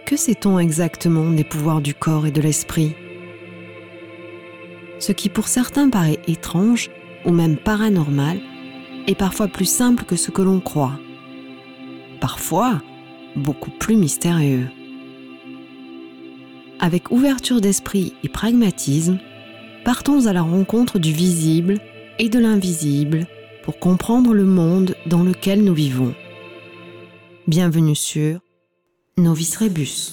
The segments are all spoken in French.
Que sait-on exactement des pouvoirs du corps et de l'esprit ? Ce qui pour certains paraît étrange ou même paranormal est parfois plus simple que ce que l'on croit. Parfois, beaucoup plus mystérieux. Avec ouverture d'esprit et pragmatisme, partons à la rencontre du visible et de l'invisible pour comprendre le monde dans lequel nous vivons. Bienvenue sur Novus Rebus.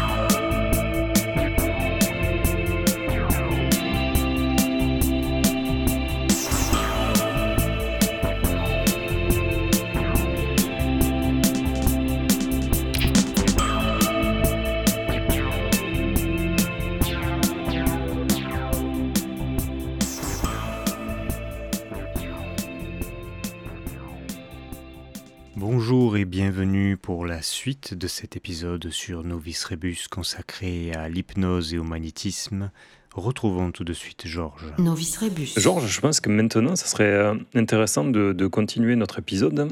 Bonjour et bienvenue pour la suite de cet épisode sur Novus Rebus consacré à l'hypnose et au magnétisme. Retrouvons tout de suite Georges. Novus Rebus. Georges, je pense que maintenant, ça serait intéressant de continuer notre épisode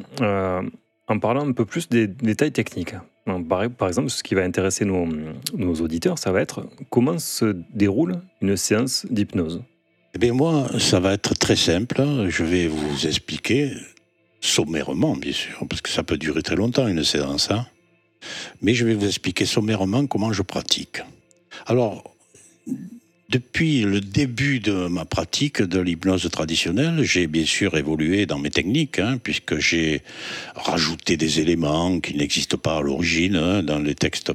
en parlant un peu plus des détails techniques. Par exemple, ce qui va intéresser nos auditeurs, ça va être comment se déroule une séance d'hypnose. Eh bien moi, ça va être très simple. Je vais vous expliquer sommairement, bien sûr, parce que ça peut durer très longtemps, une séance. Mais je vais vous expliquer sommairement comment je pratique. Alors, depuis le début de ma pratique de l'hypnose traditionnelle, j'ai bien sûr évolué dans mes techniques, puisque j'ai rajouté des éléments qui n'existent pas à l'origine dans les textes,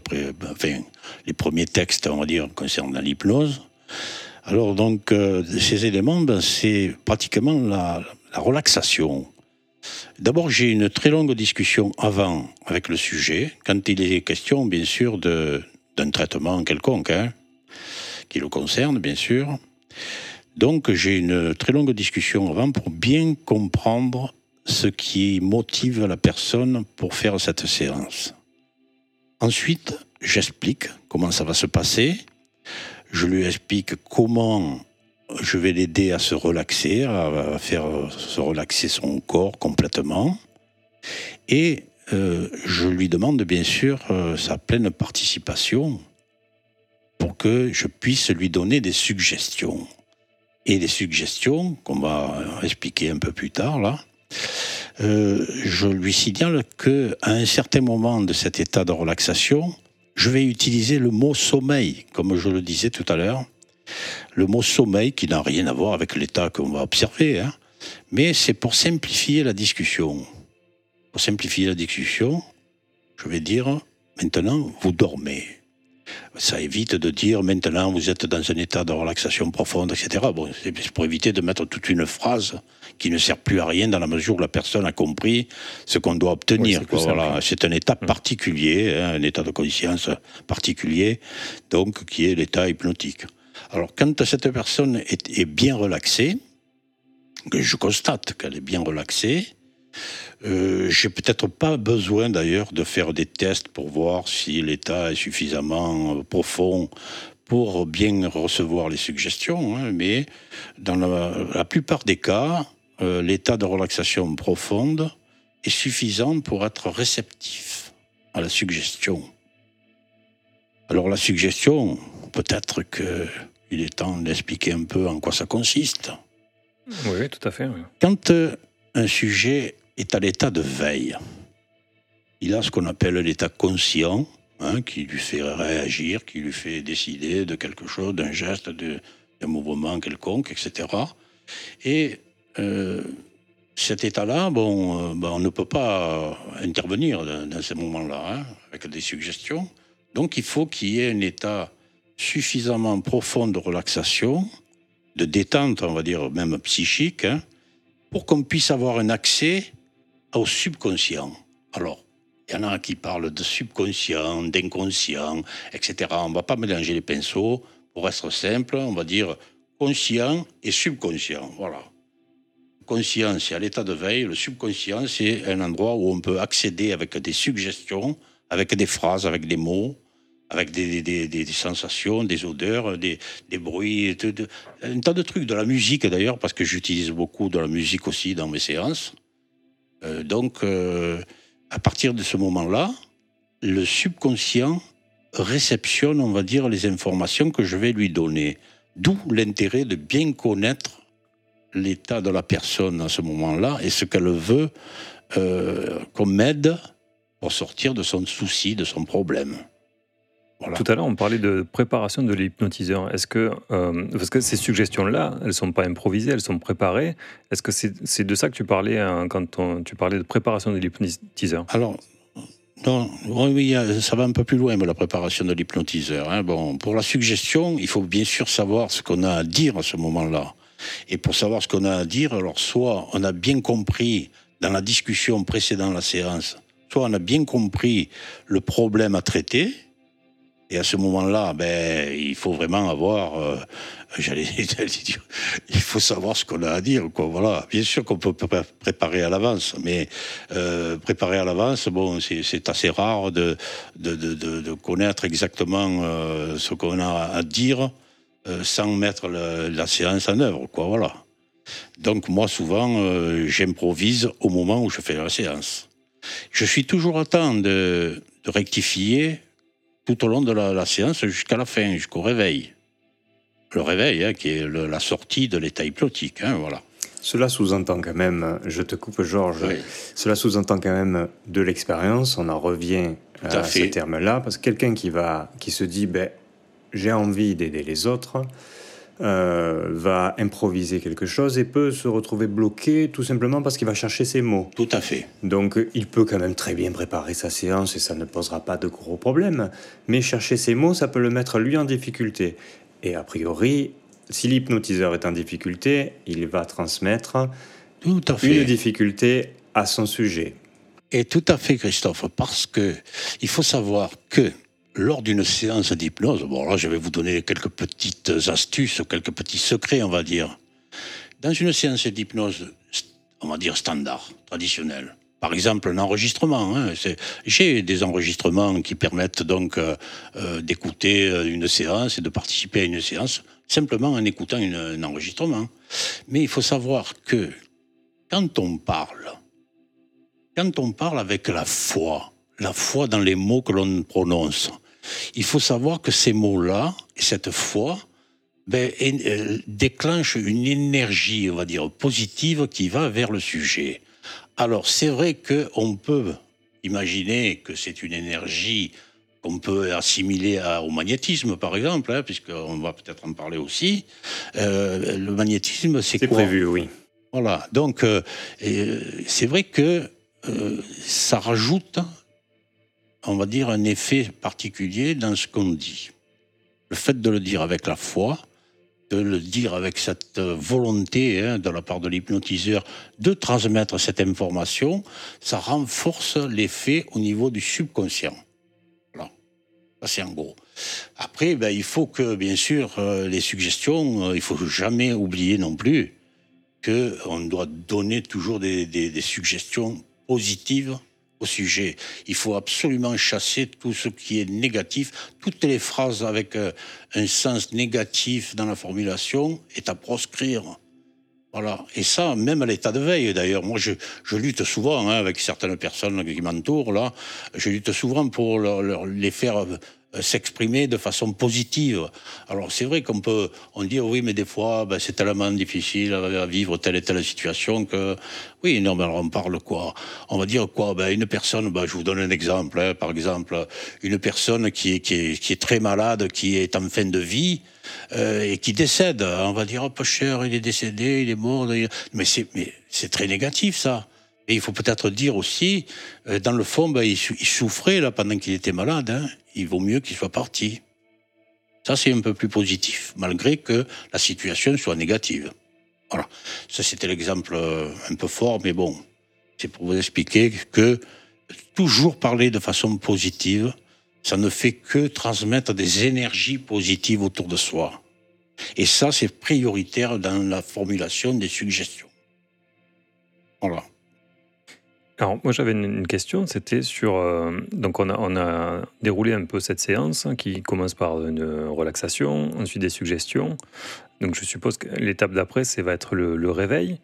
les premiers textes, on va dire, concernant l'hypnose. Alors donc, ces éléments, c'est pratiquement la relaxation. D'abord, j'ai une très longue discussion avant avec le sujet, quand il est question, bien sûr, d'un traitement quelconque, qui le concerne, bien sûr. Donc, j'ai une très longue discussion avant pour bien comprendre ce qui motive la personne pour faire cette séance. Ensuite, j'explique comment ça va se passer. Je lui explique comment je vais l'aider à se relaxer, à faire se relaxer son corps complètement. Et je lui demande bien sûr sa pleine participation pour que je puisse lui donner des suggestions. Et les suggestions, qu'on va expliquer un peu plus tard, là, je lui signale qu'à un certain moment de cet état de relaxation, je vais utiliser le mot sommeil, comme je le disais tout à l'heure. Le mot sommeil qui n'a rien à voir avec l'état qu'on va observer, mais c'est pour simplifier la discussion. Pour simplifier la discussion, je vais dire maintenant vous dormez. Ça évite de dire maintenant vous êtes dans un état de relaxation profonde, etc. Bon, c'est pour éviter de mettre toute une phrase qui ne sert plus à rien dans la mesure où la personne a compris ce qu'on doit obtenir. Oui, voilà. C'est un état particulier, un état de conscience particulier, donc qui est l'état hypnotique. Alors, quand cette personne est bien relaxée, que je constate qu'elle est bien relaxée, j'ai peut-être pas besoin d'ailleurs de faire des tests pour voir si l'état est suffisamment profond pour bien recevoir les suggestions, mais dans la plupart des cas, l'état de relaxation profonde est suffisant pour être réceptif à la suggestion. Alors la suggestion, peut-être qu'il est temps d'expliquer un peu en quoi ça consiste. Oui, tout à fait. Oui. Quand un sujet est à l'état de veille, il a ce qu'on appelle l'état conscient, qui lui fait réagir, qui lui fait décider de quelque chose, d'un geste, d'un mouvement quelconque, etc. Et cet état-là, on ne peut pas intervenir dans ces moments-là, avec des suggestions. Donc il faut qu'il y ait un état suffisamment profond de relaxation, de détente, on va dire même psychique, pour qu'on puisse avoir un accès au subconscient. Alors, il y en a qui parlent de subconscient, d'inconscient, etc. On ne va pas mélanger les pinceaux. Pour être simple, on va dire conscient et subconscient. Voilà. Conscient, c'est à l'état de veille. Le subconscient, c'est un endroit où on peut accéder avec des suggestions, avec des phrases, avec des mots, avec des sensations, des odeurs, des bruits, un tas de trucs, de la musique d'ailleurs, parce que j'utilise beaucoup de la musique aussi dans mes séances. Donc, à partir de ce moment-là, le subconscient réceptionne, on va dire, les informations que je vais lui donner. D'où l'intérêt de bien connaître l'état de la personne à ce moment-là et ce qu'elle veut comme aide pour sortir de son souci, de son problème. Voilà. Tout à l'heure, on parlait de préparation de l'hypnotiseur. Est-ce que, parce que ces suggestions-là, elles ne sont pas improvisées, elles sont préparées. Est-ce que c'est de ça que tu parlais tu parlais de préparation de l'hypnotiseur? Alors, non, oui, ça va un peu plus loin, la préparation de l'hypnotiseur. Hein. Bon, pour la suggestion, il faut bien sûr savoir ce qu'on a à dire à ce moment-là. Et pour savoir ce qu'on a à dire, alors soit on a bien compris dans la discussion précédant la séance, soit on a bien compris le problème à traiter. Et à ce moment-là, il faut vraiment avoir, j'allais dire, il faut savoir ce qu'on a à dire, quoi. Voilà. Bien sûr qu'on peut préparer à l'avance, mais préparer à l'avance, bon, c'est assez rare de connaître exactement ce qu'on a à dire sans mettre la séance en œuvre, quoi. Voilà. Donc moi, souvent, j'improvise au moment où je fais la séance. Je suis toujours à temps de rectifier tout au long de la séance jusqu'à la fin, jusqu'au réveil. Le réveil, hein, qui est la sortie de l'état hypnotique. Hein, voilà. Cela sous-entend quand même, je te coupe Georges, oui. Cela sous-entend quand même de l'expérience, on en revient à ce terme-là, parce que quelqu'un qui se dit j'ai envie d'aider les autres, va improviser quelque chose et peut se retrouver bloqué tout simplement parce qu'il va chercher ses mots. Tout à fait. Donc il peut quand même très bien préparer sa séance et ça ne posera pas de gros problèmes. Mais chercher ses mots, ça peut le mettre lui en difficulté. Et a priori, si l'hypnotiseur est en difficulté, il va transmettre tout à fait. Une difficulté à son sujet. Et tout à fait, Christophe, parce que il faut savoir que lors d'une séance d'hypnose, bon là je vais vous donner quelques petites astuces, quelques petits secrets, on va dire. Dans une séance d'hypnose, on va dire standard, traditionnelle, par exemple un enregistrement, hein, j'ai des enregistrements qui permettent donc d'écouter une séance et de participer à une séance simplement en écoutant un enregistrement. Mais il faut savoir que quand on parle avec la foi dans les mots que l'on prononce, il faut savoir que ces mots-là, cette foi, déclenchent une énergie, on va dire, positive qui va vers le sujet. Alors, c'est vrai qu'on peut imaginer que c'est une énergie qu'on peut assimiler au magnétisme, par exemple, hein, puisqu'on va peut-être en parler aussi. Le magnétisme, c'est quoi ? C'est prévu, oui. Voilà, donc c'est vrai que ça rajoute, on va dire, un effet particulier dans ce qu'on dit. Le fait de le dire avec la foi, de le dire avec cette volonté de la part de l'hypnotiseur de transmettre cette information, ça renforce l'effet au niveau du subconscient. Voilà, ça c'est en gros. Après, il faut que, bien sûr, les suggestions, il ne faut jamais oublier non plus qu'on doit donner toujours des suggestions positives au sujet. Il faut absolument chasser tout ce qui est négatif. Toutes les phrases avec un sens négatif dans la formulation est à proscrire. Voilà. Et ça, même à l'état de veille, d'ailleurs. Moi, je lutte souvent avec certaines personnes qui m'entourent, là. Je lutte souvent pour les faire s'exprimer de façon positive. Alors c'est vrai on dit oui, mais des fois c'est tellement difficile à vivre telle et telle situation que oui, non, mais alors on parle quoi ? On va dire quoi ? Une personne, je vous donne un exemple, par exemple, une personne qui est très malade, qui est en fin de vie et qui décède. On va dire pas cher, il est décédé, il est mort. Mais c'est très négatif ça. Et il faut peut-être dire aussi, dans le fond, il souffrait là pendant qu'il était malade. Hein. Il vaut mieux qu'il soit parti. Ça, c'est un peu plus positif, malgré que la situation soit négative. Voilà. Ça, c'était l'exemple un peu fort, mais bon, c'est pour vous expliquer que toujours parler de façon positive, ça ne fait que transmettre des énergies positives autour de soi. Et ça, c'est prioritaire dans la formulation des suggestions. Voilà. Alors, moi, j'avais une question, c'était sur... donc, on a déroulé un peu cette séance qui commence par une relaxation, ensuite des suggestions. Donc, je suppose que l'étape d'après, ça va être le réveil.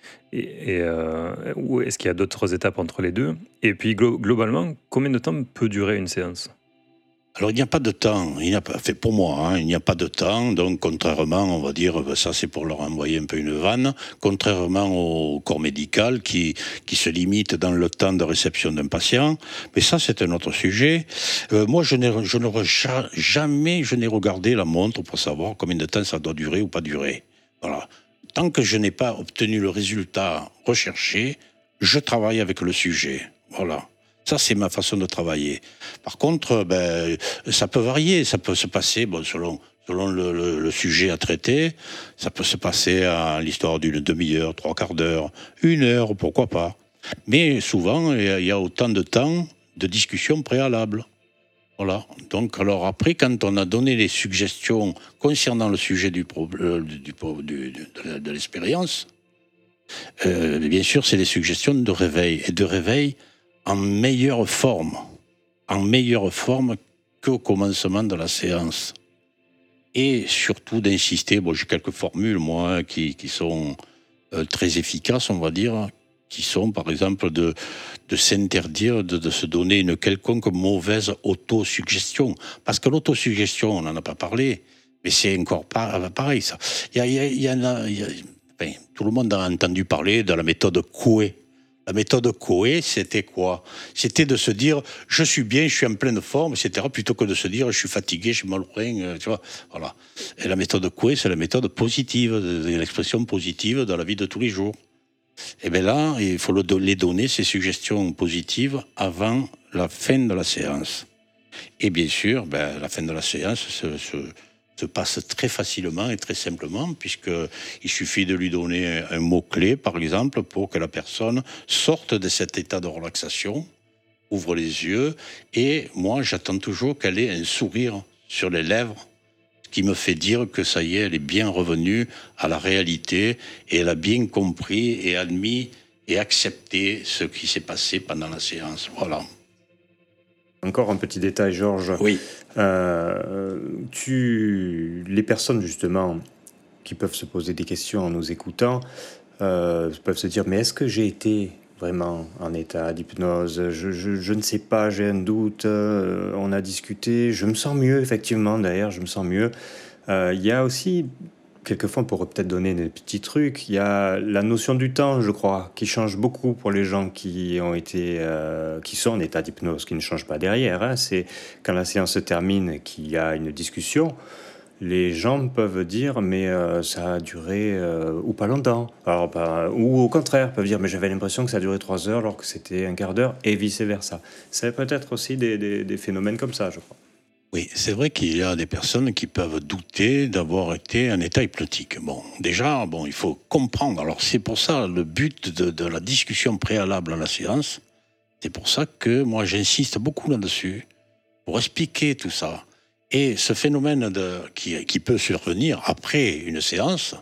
Ou est-ce qu'il y a d'autres étapes entre les deux ? Et puis, globalement, combien de temps peut durer une séance ? Alors, il n'y a pas de temps. Pour moi, il n'y a pas de temps. Donc, contrairement, on va dire, ça c'est pour leur envoyer un peu une vanne, contrairement au corps médical qui se limite dans le temps de réception d'un patient. Mais ça, c'est un autre sujet. Moi, je n'ai jamais regardé la montre pour savoir combien de temps ça doit durer ou pas durer. Voilà. Tant que je n'ai pas obtenu le résultat recherché, je travaille avec le sujet. Voilà. Ça, c'est ma façon de travailler. Par contre, ça peut varier. Ça peut se passer, selon le sujet à traiter, ça peut se passer à l'histoire d'une demi-heure, 3/4 d'heure, 1 heure, pourquoi pas. Mais souvent, il y a autant de temps de discussion préalable. Voilà. Donc, alors après, quand on a donné les suggestions concernant le sujet de l'expérience, bien sûr, c'est les suggestions de réveil. Et de réveil en meilleure forme qu'au commencement de la séance. Et surtout d'insister, j'ai quelques formules, moi, qui sont très efficaces, on va dire, qui sont, par exemple, de s'interdire de se donner une quelconque mauvaise autosuggestion. Parce que l'autosuggestion, on n'en a pas parlé, mais c'est encore pareil, ça. Tout le monde a entendu parler de la méthode Coué. La méthode Coué, c'était quoi? C'était de se dire « je suis bien, je suis en pleine forme », etc., plutôt que de se dire « je suis fatigué, je suis mal au rein », tu vois, voilà. Et la méthode Coué, c'est la méthode positive, l'expression positive dans la vie de tous les jours. Et bien là, il faut les donner, ces suggestions positives, avant la fin de la séance. Et bien sûr, la fin de la séance se passe très facilement et très simplement, puisqu'il suffit de lui donner un mot-clé, par exemple, pour que la personne sorte de cet état de relaxation, ouvre les yeux, et moi, j'attends toujours qu'elle ait un sourire sur les lèvres, ce qui me fait dire que ça y est, elle est bien revenue à la réalité, et elle a bien compris et admis et accepté ce qui s'est passé pendant la séance. Voilà. Encore un petit détail, Georges. Oui. Les personnes, justement, qui peuvent se poser des questions en nous écoutant, peuvent se dire, mais est-ce que j'ai été vraiment en état d'hypnose? Je ne sais pas, j'ai un doute, on a discuté, je me sens mieux, effectivement, d'ailleurs, je me sens mieux. Il y a aussi... Quelquefois, on pourrait peut-être donner des petits trucs. Il y a la notion du temps, je crois, qui change beaucoup pour les gens qui sont en état d'hypnose, qui ne changent pas derrière. Hein. C'est quand la séance se termine, qu'il y a une discussion, les gens peuvent dire mais ça a duré ou pas longtemps. Alors, ou au contraire, peuvent dire mais j'avais l'impression que ça a duré 3 heures alors que c'était un quart d'heure et vice versa. C'est peut-être aussi des phénomènes comme ça, je crois. Oui, c'est vrai qu'il y a des personnes qui peuvent douter d'avoir été en état hypnotique. Déjà, il faut comprendre. Alors, c'est pour ça le but de la discussion préalable à la séance. C'est pour ça que moi, j'insiste beaucoup là-dessus, pour expliquer tout ça. Et ce phénomène qui peut survenir après une séance,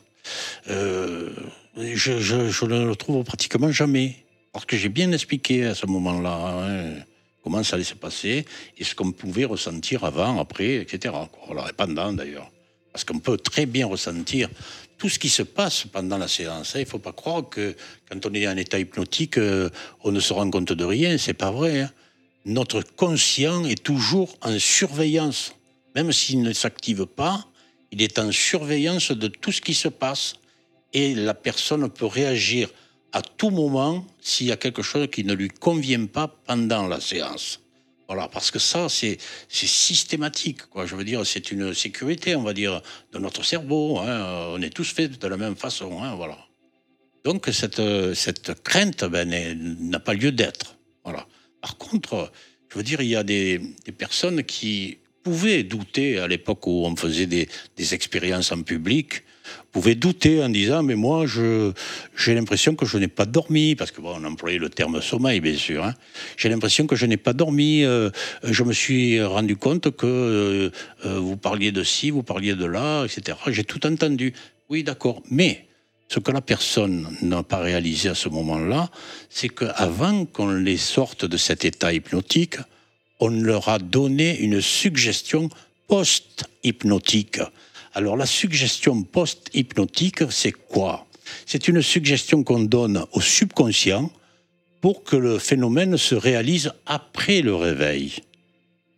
je ne le trouve pratiquement jamais. Parce que j'ai bien expliqué à ce moment-là, comment ça allait se passer, et ce qu'on pouvait ressentir avant, après, etc. Voilà, et pendant d'ailleurs. Parce qu'on peut très bien ressentir tout ce qui se passe pendant la séance. Il ne faut pas croire que quand on est en état hypnotique, on ne se rend compte de rien. C'est pas vrai. Hein. Notre conscient est toujours en surveillance. Même s'il ne s'active pas, il est en surveillance de tout ce qui se passe. Et la personne peut réagir à tout moment s'il y a quelque chose qui ne lui convient pas pendant la séance. Voilà, parce que ça, c'est systématique, quoi. Je veux dire, c'est une sécurité, on va dire, de notre cerveau. Hein. On est tous faits de la même façon, hein, voilà. Donc, cette crainte n'a pas lieu d'être. Voilà. Par contre, je veux dire, il y a des personnes qui pouvaient douter, à l'époque où on faisait des expériences en public, pouvaient douter en disant mais moi j'ai l'impression que je n'ai pas dormi, parce que on employait le terme sommeil bien sûr, hein. J'ai l'impression que je n'ai pas dormi, je me suis rendu compte que vous parliez de ci, vous parliez de là, etc. J'ai tout entendu. Oui, d'accord, mais ce que la personne n'a pas réalisé à ce moment-là, c'est qu'avant qu'on les sorte de cet état hypnotique, on leur a donné une suggestion post-hypnotique. Alors, la suggestion post-hypnotique, c'est quoi? C'est une suggestion qu'on donne au subconscient pour que le phénomène se réalise après le réveil.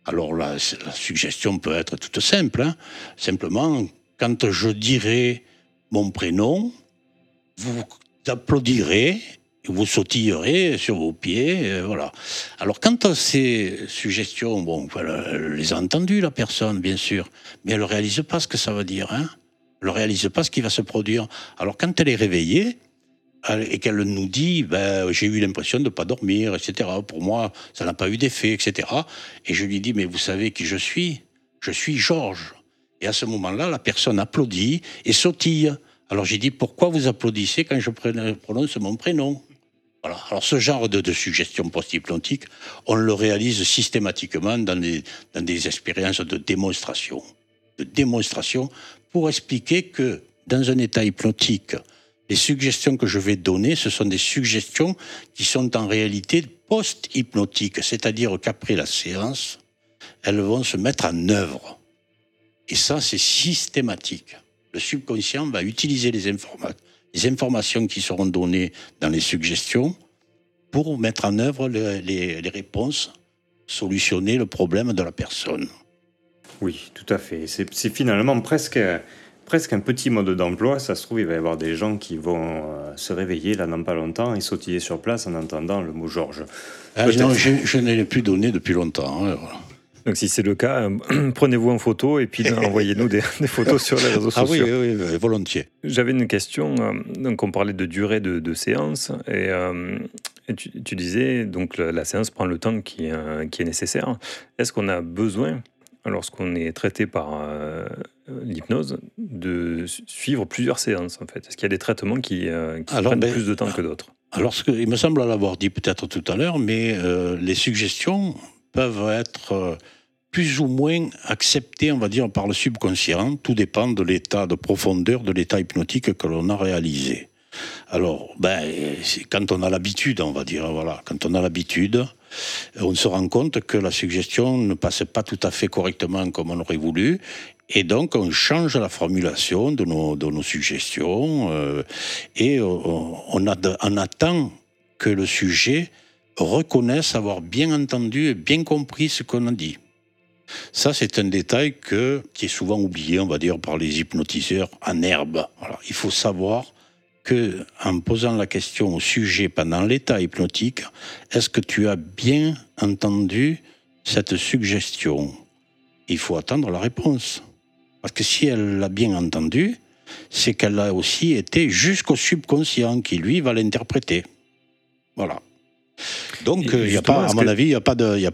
Alors la suggestion peut être toute simple. Hein. Simplement, quand je dirai mon prénom, vous applaudirez, vous sautillerez sur vos pieds, voilà. Alors quand ces suggestions, bon, elle les a entendues, la personne, bien sûr, mais elle ne réalise pas ce que ça veut dire. Hein. Elle ne réalise pas ce qui va se produire. Alors quand elle est réveillée, et qu'elle nous dit j'ai eu l'impression de ne pas dormir, etc. Pour moi, ça n'a pas eu d'effet, etc. Et je lui dis, mais vous savez qui je suis ? Je suis Georges. Et à ce moment-là, la personne applaudit et sautille. Alors j'ai dit, pourquoi vous applaudissez quand je prononce mon prénom ? Voilà. Alors ce genre de suggestion post-hypnotique, on le réalise systématiquement dans des expériences de démonstration pour expliquer que dans un état hypnotique, les suggestions que je vais donner, ce sont des suggestions qui sont en réalité post-hypnotiques, c'est-à-dire qu'après la séance, elles vont se mettre en œuvre. Et ça, c'est systématique. Le subconscient va utiliser les informations qui seront données dans les suggestions pour mettre en œuvre les réponses, solutionner le problème de la personne. Oui, tout à fait. C'est finalement presque un petit mode d'emploi. Ça se trouve, il va y avoir des gens qui vont se réveiller là dans pas longtemps et sautiller sur place en entendant le mot Georges. Non, je ne l'ai plus donné depuis longtemps. Hein, voilà. Donc si c'est le cas, prenez-vous en photo et puis envoyez-nous des photos sur les réseaux sociaux. Ah oui, volontiers. J'avais une question, donc on parlait de durée de séance et tu disais donc la séance prend le temps qui est nécessaire. Est-ce qu'on a besoin, lorsqu'on est traité par l'hypnose, de suivre plusieurs séances en fait ? Est-ce qu'il y a des traitements qui prennent plus de temps que d'autres ? Alors, il me semble l'avoir dit peut-être tout à l'heure, mais les suggestions peuvent être plus ou moins acceptées, on va dire, par le subconscient. Tout dépend de l'état de profondeur, de l'état hypnotique que l'on a réalisé. Alors, quand on a l'habitude, on va dire, voilà, quand on a l'habitude, on se rend compte que la suggestion ne passe pas tout à fait correctement comme on aurait voulu, et donc on change la formulation de nos suggestions, et on attend que le sujet reconnaisse avoir bien entendu et bien compris ce qu'on a dit. Ça, c'est un détail qui est souvent oublié, on va dire, par les hypnotiseurs en herbe. Alors, il faut savoir qu'en posant la question au sujet pendant l'état hypnotique, est-ce que tu as bien entendu cette suggestion ? Il faut attendre la réponse. Parce que si elle l'a bien entendu, c'est qu'elle a aussi été jusqu'au subconscient qui, lui, va l'interpréter. Voilà. Donc, à mon avis, il n'y a pas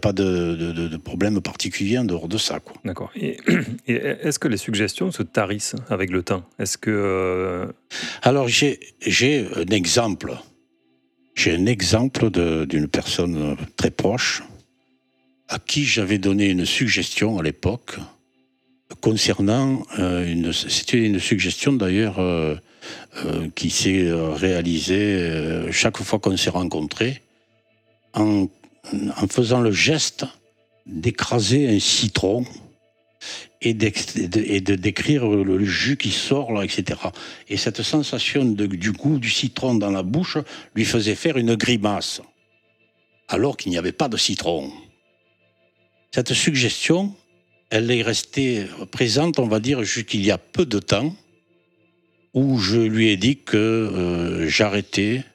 de problème particulier en dehors de ça, quoi. D'accord. Et est-ce que les suggestions se tarissent avec le temps ? Est-ce que... Alors, j'ai un exemple. J'ai un exemple d'une personne très proche à qui j'avais donné une suggestion à l'époque concernant... C'était une suggestion, d'ailleurs, qui s'est réalisée chaque fois qu'on s'est rencontrés, en faisant le geste d'écraser un citron et de décrire le jus qui sort, là, etc. Et cette sensation du goût du citron dans la bouche lui faisait faire une grimace, alors qu'il n'y avait pas de citron. Cette suggestion, elle est restée présente, on va dire, jusqu'il y a peu de temps, où je lui ai dit que j'arrêtais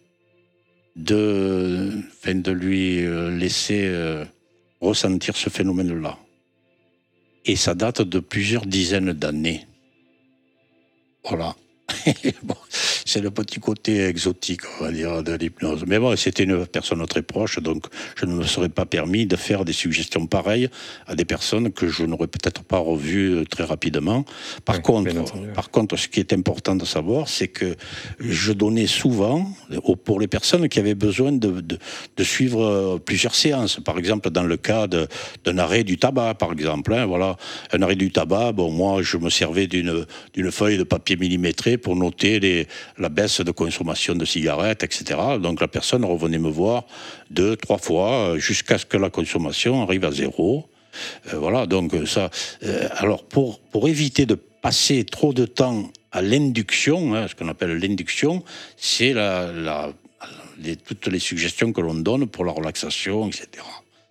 de lui laisser ressentir ce phénomène-là. Et ça date de plusieurs dizaines d'années. Voilà. Bon, c'est le petit côté exotique, on va dire, de l'hypnose. Mais bon, c'était une personne très proche, donc je ne me serais pas permis de faire des suggestions pareilles à des personnes que je n'aurais peut-être pas revues très rapidement. Par contre, ce qui est important de savoir, c'est que je donnais souvent, pour les personnes qui avaient besoin de suivre plusieurs séances, par exemple dans le cas d'un arrêt du tabac, par exemple. Hein, voilà, un arrêt du tabac, bon, moi je me servais d'une feuille de papier millimétré pour noter la baisse de consommation de cigarettes, etc. Donc la personne revenait me voir 2-3 fois jusqu'à ce que la consommation arrive à 0. Voilà, donc ça... alors pour éviter de passer trop de temps à l'induction, hein, ce qu'on appelle l'induction, c'est toutes les suggestions que l'on donne pour la relaxation, etc.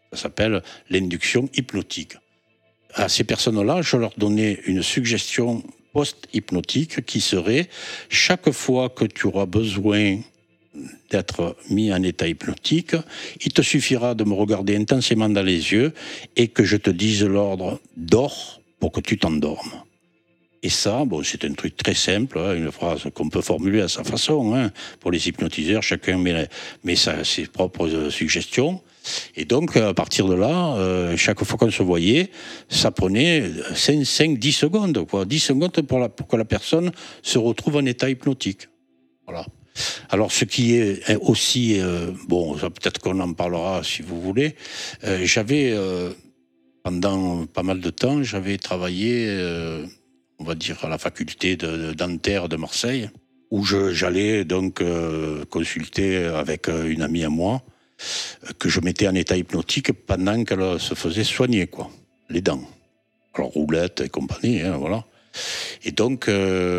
Ça s'appelle l'induction hypnotique. À ces personnes-là, je leur donnais une suggestion post-hypnotique qui serait chaque fois que tu auras besoin d'être mis en état hypnotique, il te suffira de me regarder intensément dans les yeux et que je te dise l'ordre « dors » pour que tu t'endormes. Et ça, bon, c'est un truc très simple, hein, une phrase qu'on peut formuler à sa façon. Hein. Pour les hypnotiseurs, chacun met ses propres suggestions. Et donc, à partir de là, chaque fois qu'on se voyait, ça prenait 5-10 secondes. 10 secondes pour que la personne se retrouve en état hypnotique. Voilà. Alors, ce qui est aussi... bon, peut-être qu'on en parlera si vous voulez. J'avais, pendant pas mal de temps, j'avais travaillé... on va dire à la faculté de dentaire de Marseille, où j'allais donc consulter avec une amie à moi, que je mettais en état hypnotique pendant qu'elle se faisait soigner, quoi, les dents. Alors, roulette et compagnie, hein, voilà. Et donc,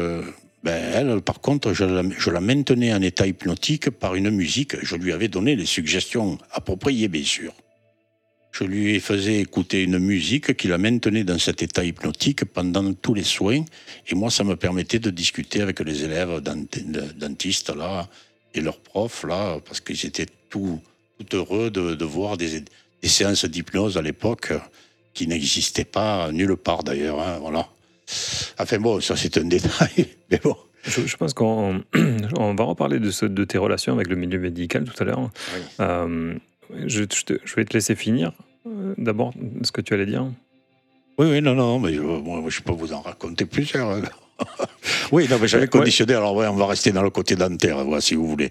elle, par contre, je la maintenais en état hypnotique par une musique. Je lui avais donné les suggestions appropriées, bien sûr. Je lui faisais écouter une musique qui la maintenait dans cet état hypnotique pendant tous les soins. Et moi, ça me permettait de discuter avec les élèves dentistes là, et leurs profs, là, parce qu'ils étaient tout heureux de voir des séances d'hypnose à l'époque qui n'existaient pas nulle part d'ailleurs. Hein, voilà. Enfin bon, ça c'est un détail, mais bon. Je pense qu'on va reparler de tes relations avec le milieu médical tout à l'heure. Oui. Je vais te laisser finir. D'abord, ce que tu allais dire. Oui, non, mais je peux vous en raconter plusieurs. Oui, non, mais j'avais conditionné. Alors, on va rester dans le côté dentaire, si vous voulez.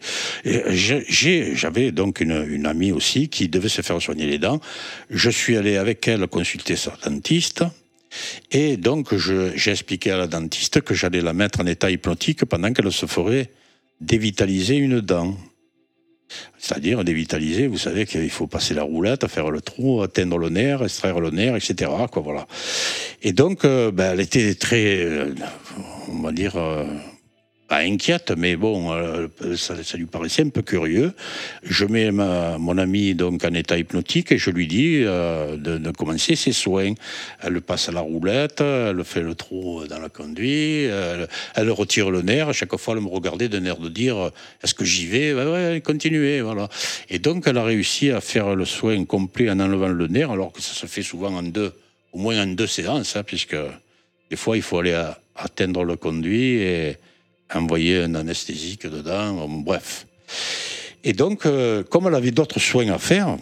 J'avais donc une amie aussi qui devait se faire soigner les dents. Je suis allé avec elle consulter sa dentiste. Et donc, j'ai expliqué à la dentiste que j'allais la mettre en état hypnotique pendant qu'elle se ferait dévitaliser une dent. C'est-à-dire dévitaliser, vous savez qu'il faut passer la roulette, faire le trou, atteindre le nerf, extraire le nerf, etc. Quoi, voilà. Et donc, elle était très, on va dire, pas inquiète, mais bon, ça lui paraissait un peu curieux. Je mets mon amie donc en état hypnotique et je lui dis de commencer ses soins. Elle passe à la roulette, elle fait le trou dans la conduit, elle retire le nerf. À chaque fois, elle me regardait d'un air de dire « Est-ce que j'y vais ?» Ouais, continuez, voilà. Et donc, elle a réussi à faire le soin complet en enlevant le nerf, alors que ça se fait souvent au moins en 2 séances, hein, puisque des fois, il faut aller atteindre le conduit et envoyer un anesthésique dedans, bref. Et donc, comme elle avait d'autres soins à faire,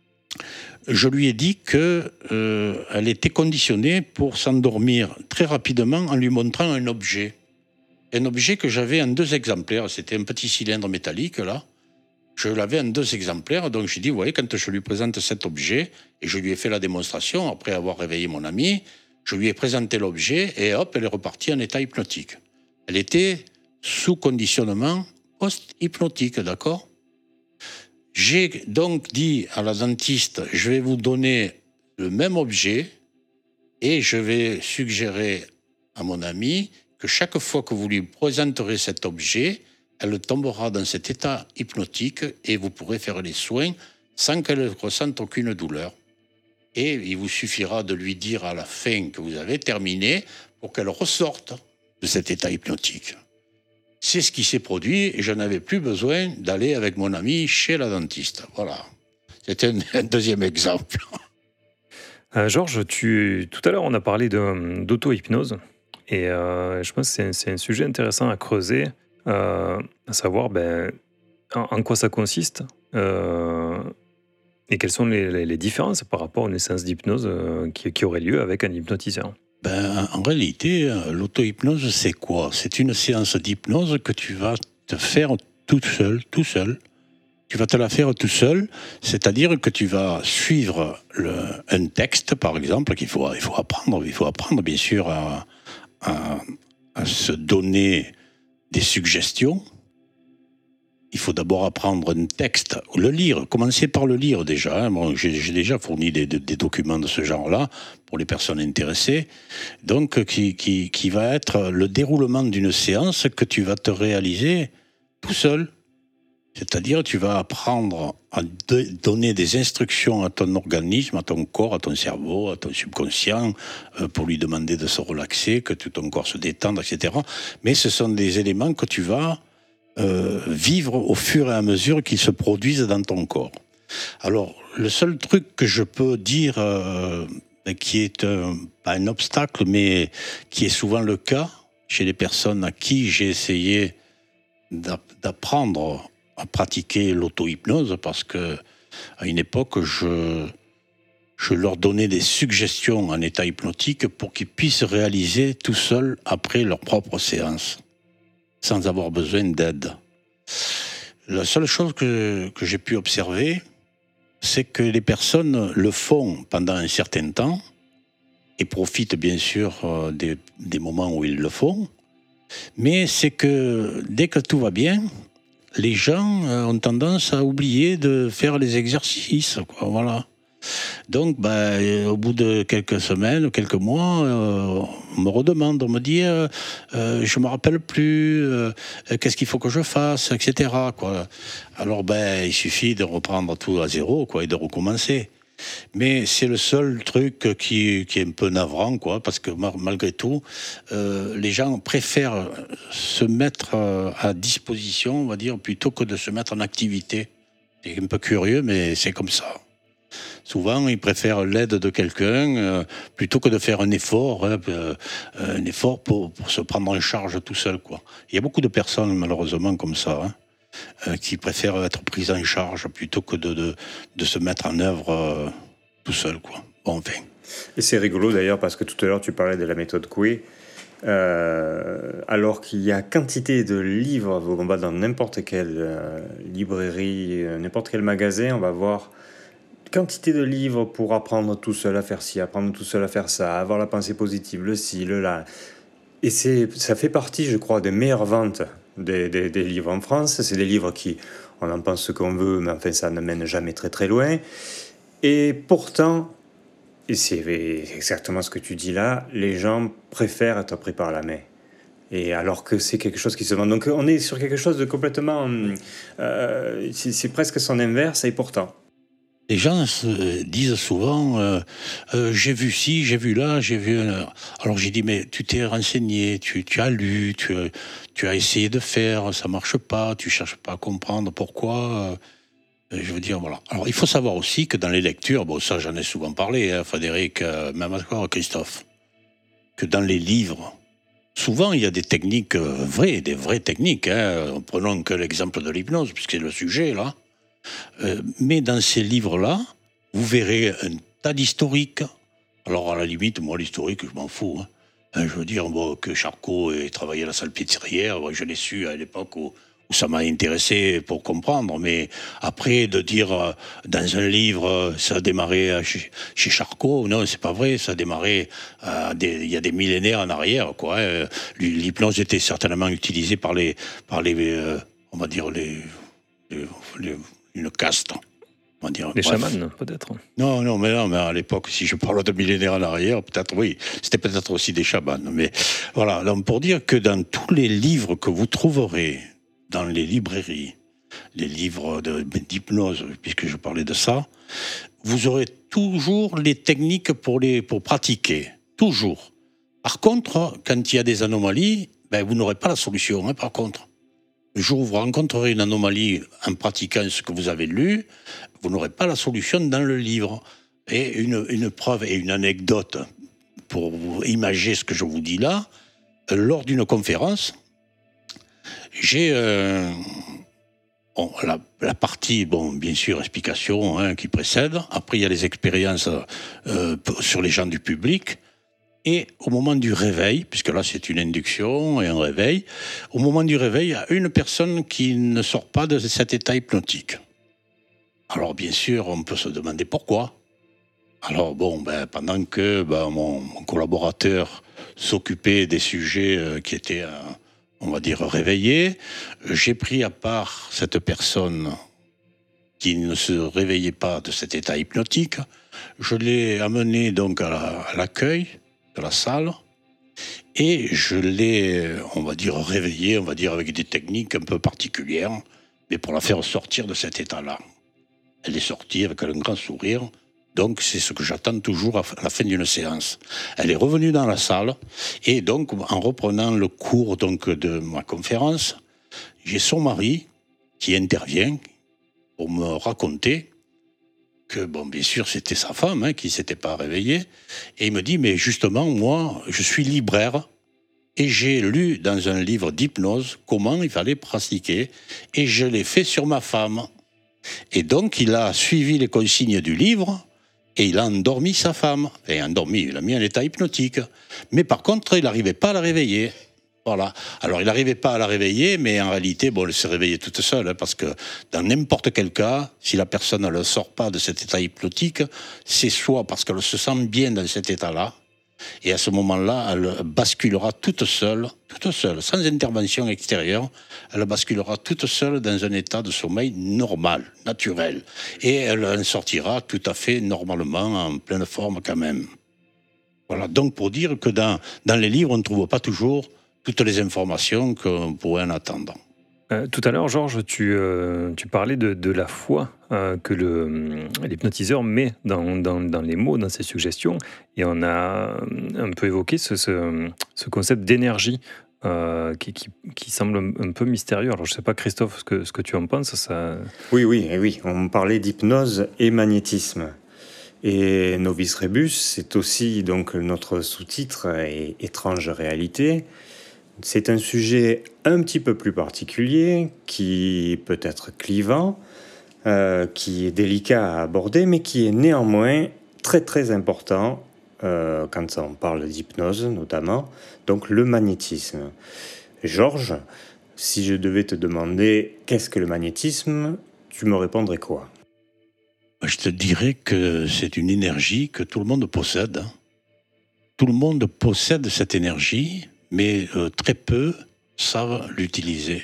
je lui ai dit qu'elle était conditionnée pour s'endormir très rapidement en lui montrant un objet. Un objet que j'avais en 2 exemplaires. C'était un petit cylindre métallique, là. Je l'avais en 2 exemplaires. Donc, j'ai dit, vous voyez, quand je lui présente cet objet, et je lui ai fait la démonstration, après avoir réveillé mon ami, je lui ai présenté l'objet, et hop, elle est repartie en état hypnotique. Elle était sous conditionnement post-hypnotique, d'accord ? J'ai donc dit à la dentiste, je vais vous donner le même objet et je vais suggérer à mon ami que chaque fois que vous lui présenterez cet objet, elle tombera dans cet état hypnotique et vous pourrez faire les soins sans qu'elle ressente aucune douleur. Et il vous suffira de lui dire à la fin que vous avez terminé pour qu'elle ressorte de cet état hypnotique. C'est ce qui s'est produit et je n'avais plus besoin d'aller avec mon ami chez la dentiste. Voilà. C'était un 2e exemple. Georges, tout à l'heure, on a parlé d'auto-hypnose. Et je pense que c'est un sujet intéressant à creuser, à savoir en quoi ça consiste et quelles sont les différences par rapport à une séance d'hypnose qui aurait lieu avec un hypnotiseur. En réalité, l'auto-hypnose, c'est quoi ? C'est une séance d'hypnose que tu vas te faire tout seul. Tu vas te la faire tout seul, c'est-à-dire que tu vas suivre un texte, par exemple, qu'il faut apprendre. Il faut apprendre, bien sûr, à se donner des suggestions. Il faut d'abord apprendre un texte, ou le lire, commencer par le lire déjà. Bon, j'ai déjà fourni des documents de ce genre-là pour les personnes intéressées, donc qui va être le déroulement d'une séance que tu vas te réaliser tout seul. C'est-à-dire, tu vas apprendre à donner des instructions à ton organisme, à ton corps, à ton cerveau, à ton subconscient, pour lui demander de se relaxer, que tout ton corps se détende, etc. Mais ce sont des éléments que tu vas vivre au fur et à mesure qu'ils se produisent dans ton corps. Alors, le seul truc que je peux dire, qui est pas un obstacle, mais qui est souvent le cas chez les personnes à qui j'ai essayé d'apprendre à pratiquer l'auto-hypnose, parce que à une époque, je leur donnais des suggestions en état hypnotique pour qu'ils puissent réaliser tout seuls après leur propre séance, sans avoir besoin d'aide. La seule chose que j'ai pu observer, c'est que les personnes le font pendant un certain temps et profitent bien sûr des moments où ils le font, mais c'est que dès que tout va bien, les gens ont tendance à oublier de faire les exercices, quoi, voilà. Donc, au bout de quelques semaines, quelques mois, on me redemande, on me dit je me rappelle plus, qu'est-ce qu'il faut que je fasse, etc., quoi. Alors, il suffit de reprendre tout à zéro, quoi, et de recommencer. Mais c'est le seul truc qui est un peu navrant, quoi, parce que malgré tout, les gens préfèrent se mettre à disposition, on va dire, plutôt que de se mettre en activité. C'est un peu curieux, mais c'est comme ça. Souvent, ils préfèrent l'aide de quelqu'un plutôt que de faire un effort pour se prendre en charge tout seul, quoi. Il y a beaucoup de personnes, malheureusement, comme ça, qui préfèrent être prises en charge plutôt que de se mettre en œuvre tout seul, quoi. Bon, enfin. Et c'est rigolo d'ailleurs parce que tout à l'heure tu parlais de la méthode Coué, alors qu'il y a quantité de livres, on va dans n'importe quelle librairie, n'importe quel magasin, on va voir quantité de livres pour apprendre tout seul à faire ci, apprendre tout seul à faire ça, avoir la pensée positive, le ci, le là. Et ça fait partie, je crois, des meilleures ventes des livres en France. C'est des livres qui, on en pense ce qu'on veut, mais enfin ça ne mène jamais très très loin. Et pourtant, et c'est exactement ce que tu dis là, les gens préfèrent être pris par la main. Et alors que c'est quelque chose qui se vend. Donc on est sur quelque chose de complètement... c'est presque son inverse, et pourtant... Les gens disent souvent j'ai vu ci, j'ai vu là, j'ai vu... Alors j'ai dit, mais tu t'es renseigné, tu as lu, tu as essayé de faire, ça marche pas, tu cherches pas à comprendre pourquoi... je veux dire, voilà. Alors il faut savoir aussi que dans les lectures, bon ça j'en ai souvent parlé, Frédéric, même encore Christophe, que dans les livres, souvent il y a des techniques des vraies techniques, prenons que l'exemple de l'hypnose, puisque c'est le sujet là. Mais dans ces livres-là, vous verrez un tas d'historiques. Alors à la limite, moi l'historique, je m'en fous. Je veux dire, que Charcot ait travaillé à la Salpêtrière, je l'ai su à l'époque où ça m'a intéressé pour comprendre. Mais après, de dire dans un livre, ça a démarré chez Charcot, non, c'est pas vrai, ça a démarré il y a des millénaires en arrière, quoi. L'hypnose était certainement utilisée par les on va dire, une caste. On va dire, les chamans, peut-être. Non, mais à l'époque, si je parle de millénaires en arrière, peut-être oui, c'était peut-être aussi des chamans. Mais voilà, donc pour dire que dans tous les livres que vous trouverez dans les librairies, les livres d'hypnose, puisque je parlais de ça, vous aurez toujours les techniques pour pratiquer. Toujours. Par contre, quand il y a des anomalies, vous n'aurez pas la solution, par contre. Le jour où vous rencontrerez une anomalie en pratiquant ce que vous avez lu, vous n'aurez pas la solution dans le livre. Et une preuve et une anecdote pour vous imager ce que je vous dis là, lors d'une conférence, j'ai la partie, bien sûr, explication qui précède. Après, il y a les expériences sur les gens du public. Et au moment du réveil, puisque là c'est une induction et un réveil, au moment du réveil, il y a une personne qui ne sort pas de cet état hypnotique. Alors bien sûr, on peut se demander pourquoi. Alors pendant que mon collaborateur s'occupait des sujets qui étaient, on va dire, réveillés, j'ai pris à part cette personne qui ne se réveillait pas de cet état hypnotique. Je l'ai amené donc à l'accueil de la salle, et je l'ai, on va dire, réveillé, on va dire, avec des techniques un peu particulières, mais pour la faire sortir de cet état-là. Elle est sortie avec un grand sourire, donc c'est ce que j'attends toujours à la fin d'une séance. Elle est revenue dans la salle, et donc en reprenant le cours donc, de ma conférence, j'ai son mari qui intervient pour me raconter que, bon, bien sûr, c'était sa femme qui ne s'était pas réveillée, et il me dit, mais justement, moi, je suis libraire, et j'ai lu dans un livre d'hypnose comment il fallait pratiquer, et je l'ai fait sur ma femme. Et donc, il a suivi les consignes du livre, et il a endormi sa femme. Et endormi, il l'a mis en état hypnotique. Mais par contre, il n'arrivait pas à la réveiller. Voilà. Alors, il n'arrivait pas à la réveiller, mais en réalité, bon, elle s'est réveillée toute seule, parce que dans n'importe quel cas, si la personne ne sort pas de cet état hypnotique, c'est soit parce qu'elle se sent bien dans cet état-là, et à ce moment-là, elle basculera toute seule, sans intervention extérieure, elle basculera toute seule dans un état de sommeil normal, naturel. Et elle en sortira tout à fait normalement, en pleine forme quand même. Voilà, donc pour dire que dans les livres, on ne trouve pas toujours toutes les informations qu'on pourrait en attendre. Tout à l'heure, Georges, tu parlais de la foi que l'hypnotiseur met dans les mots, dans ses suggestions, et on a un peu évoqué ce concept d'énergie qui semble un peu mystérieux. Alors, je ne sais pas, Christophe, ce que tu en penses. Ça... Oui, on parlait d'hypnose et magnétisme. Et Novus Rebus, c'est aussi donc notre sous-titre et étrange réalité. C'est un sujet un petit peu plus particulier, qui peut être clivant, qui est délicat à aborder, mais qui est néanmoins très très important quand on parle d'hypnose notamment, donc le magnétisme. Georges, si je devais te demander qu'est-ce que le magnétisme, tu me répondrais quoi ? Je te dirais que c'est une énergie que tout le monde possède. Tout le monde possède cette énergie, mais très peu savent l'utiliser.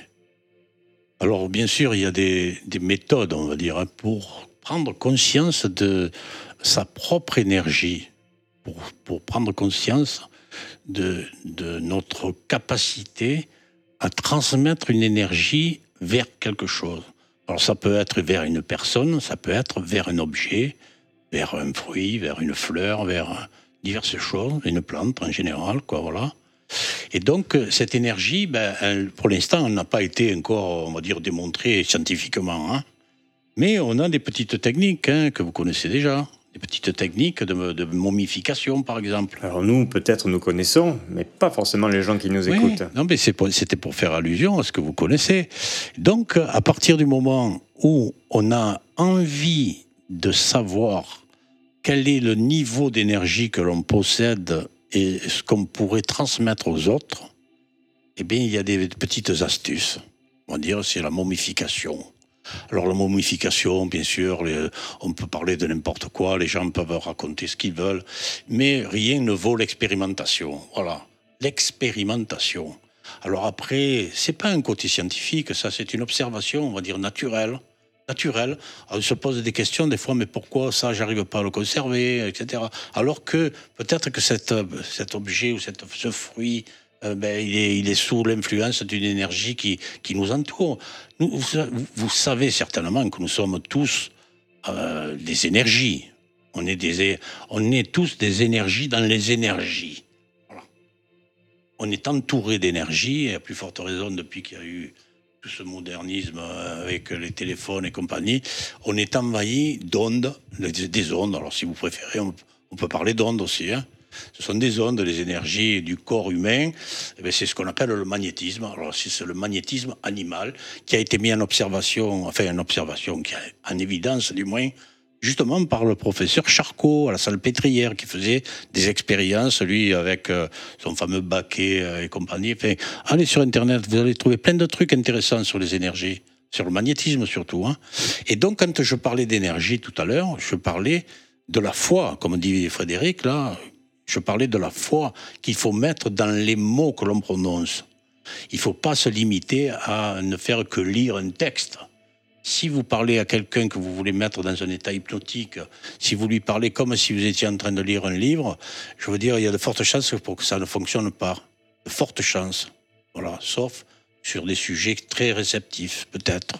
Alors bien sûr, il y a des méthodes, on va dire, pour prendre conscience de sa propre énergie, pour prendre conscience de notre capacité à transmettre une énergie vers quelque chose. Alors ça peut être vers une personne, ça peut être vers un objet, vers un fruit, vers une fleur, vers diverses choses, une plante en général, quoi, voilà. Et donc, cette énergie, pour l'instant, elle n'a pas été encore, on va dire, démontrée scientifiquement. Hein. Mais on a des petites techniques que vous connaissez déjà. Des petites techniques de momification, par exemple. Alors nous, peut-être nous connaissons, mais pas forcément les gens qui nous écoutent. Non, mais c'était pour faire allusion à ce que vous connaissez. Donc, à partir du moment où on a envie de savoir quel est le niveau d'énergie que l'on possède et ce qu'on pourrait transmettre aux autres, eh bien, il y a des petites astuces. On va dire, c'est la momification. Alors, la momification, bien sûr, on peut parler de n'importe quoi, les gens peuvent raconter ce qu'ils veulent, mais rien ne vaut l'expérimentation. Voilà, l'expérimentation. Alors après, c'est pas un côté scientifique, ça, c'est une observation, on va dire, naturelle. Alors, on se pose des questions des fois, mais pourquoi ça, j'arrive pas à le conserver, etc. Alors que peut-être que cet objet ou ce fruit, il est sous l'influence d'une énergie qui nous entoure. Vous savez certainement que nous sommes tous des énergies. On est tous des énergies dans les énergies. Voilà. On est entouré d'énergie, et à plus forte raison depuis qu'il y a eu tout ce modernisme avec les téléphones et compagnie, on est envahi d'ondes, des ondes. Alors si vous préférez, on peut parler d'ondes aussi. Hein. Ce sont des ondes, les énergies du corps humain. Et c'est ce qu'on appelle le magnétisme. Alors c'est le magnétisme animal qui a été mis en observation, qui est en évidence du moins, justement par le professeur Charcot à la Salpêtrière, qui faisait des expériences, lui, avec son fameux baquet et compagnie. Enfin, allez sur Internet, vous allez trouver plein de trucs intéressants sur les énergies, sur le magnétisme surtout. Hein. Et donc, quand je parlais d'énergie tout à l'heure, je parlais de la foi, comme dit Frédéric, là, je parlais de la foi qu'il faut mettre dans les mots que l'on prononce. Il ne faut pas se limiter à ne faire que lire un texte. Si vous parlez à quelqu'un que vous voulez mettre dans un état hypnotique, si vous lui parlez comme si vous étiez en train de lire un livre, je veux dire, il y a de fortes chances pour que ça ne fonctionne pas. De fortes chances. Voilà, sauf sur des sujets très réceptifs, peut-être.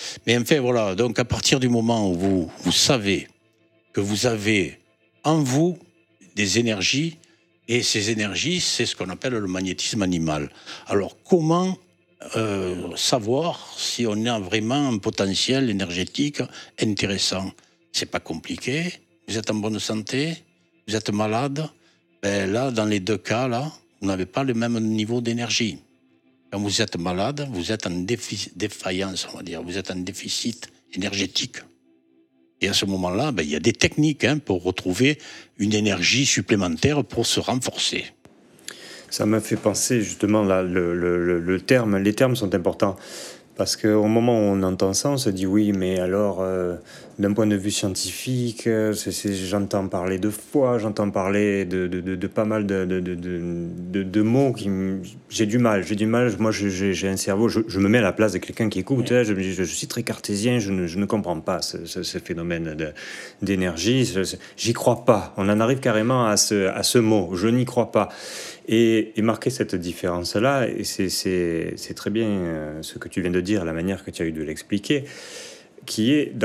Mais enfin, voilà. Donc, à partir du moment où vous savez que vous avez en vous des énergies, et ces énergies, c'est ce qu'on appelle le magnétisme animal. Alors, comment savoir si on a vraiment un potentiel énergétique intéressant? C'est pas compliqué. Vous êtes en bonne santé, vous êtes malade. Ben là, dans les deux cas, là, vous n'avez pas le même niveau d'énergie. Quand vous êtes malade, vous êtes en défaillance, on va dire. Vous êtes en déficit énergétique. Et à ce moment-là, ben, il y a des techniques pour retrouver une énergie supplémentaire pour se renforcer. Ça m'a fait penser justement, là, les termes sont importants. Parce qu'au moment où on entend ça, on se dit oui, mais alors, d'un point de vue scientifique, j'entends parler de foi, j'entends parler de pas mal de mots qui j'ai du mal. Moi, j'ai un cerveau, je me mets à la place de quelqu'un qui écoute. Ouais. Je suis très cartésien, je ne comprends pas ce phénomène d'énergie. J'y crois pas. On en arrive carrément à ce mot. Je n'y crois pas. Et marquer cette différence-là, et c'est très bien ce que tu viens de dire, la manière que tu as eu de l'expliquer, qui est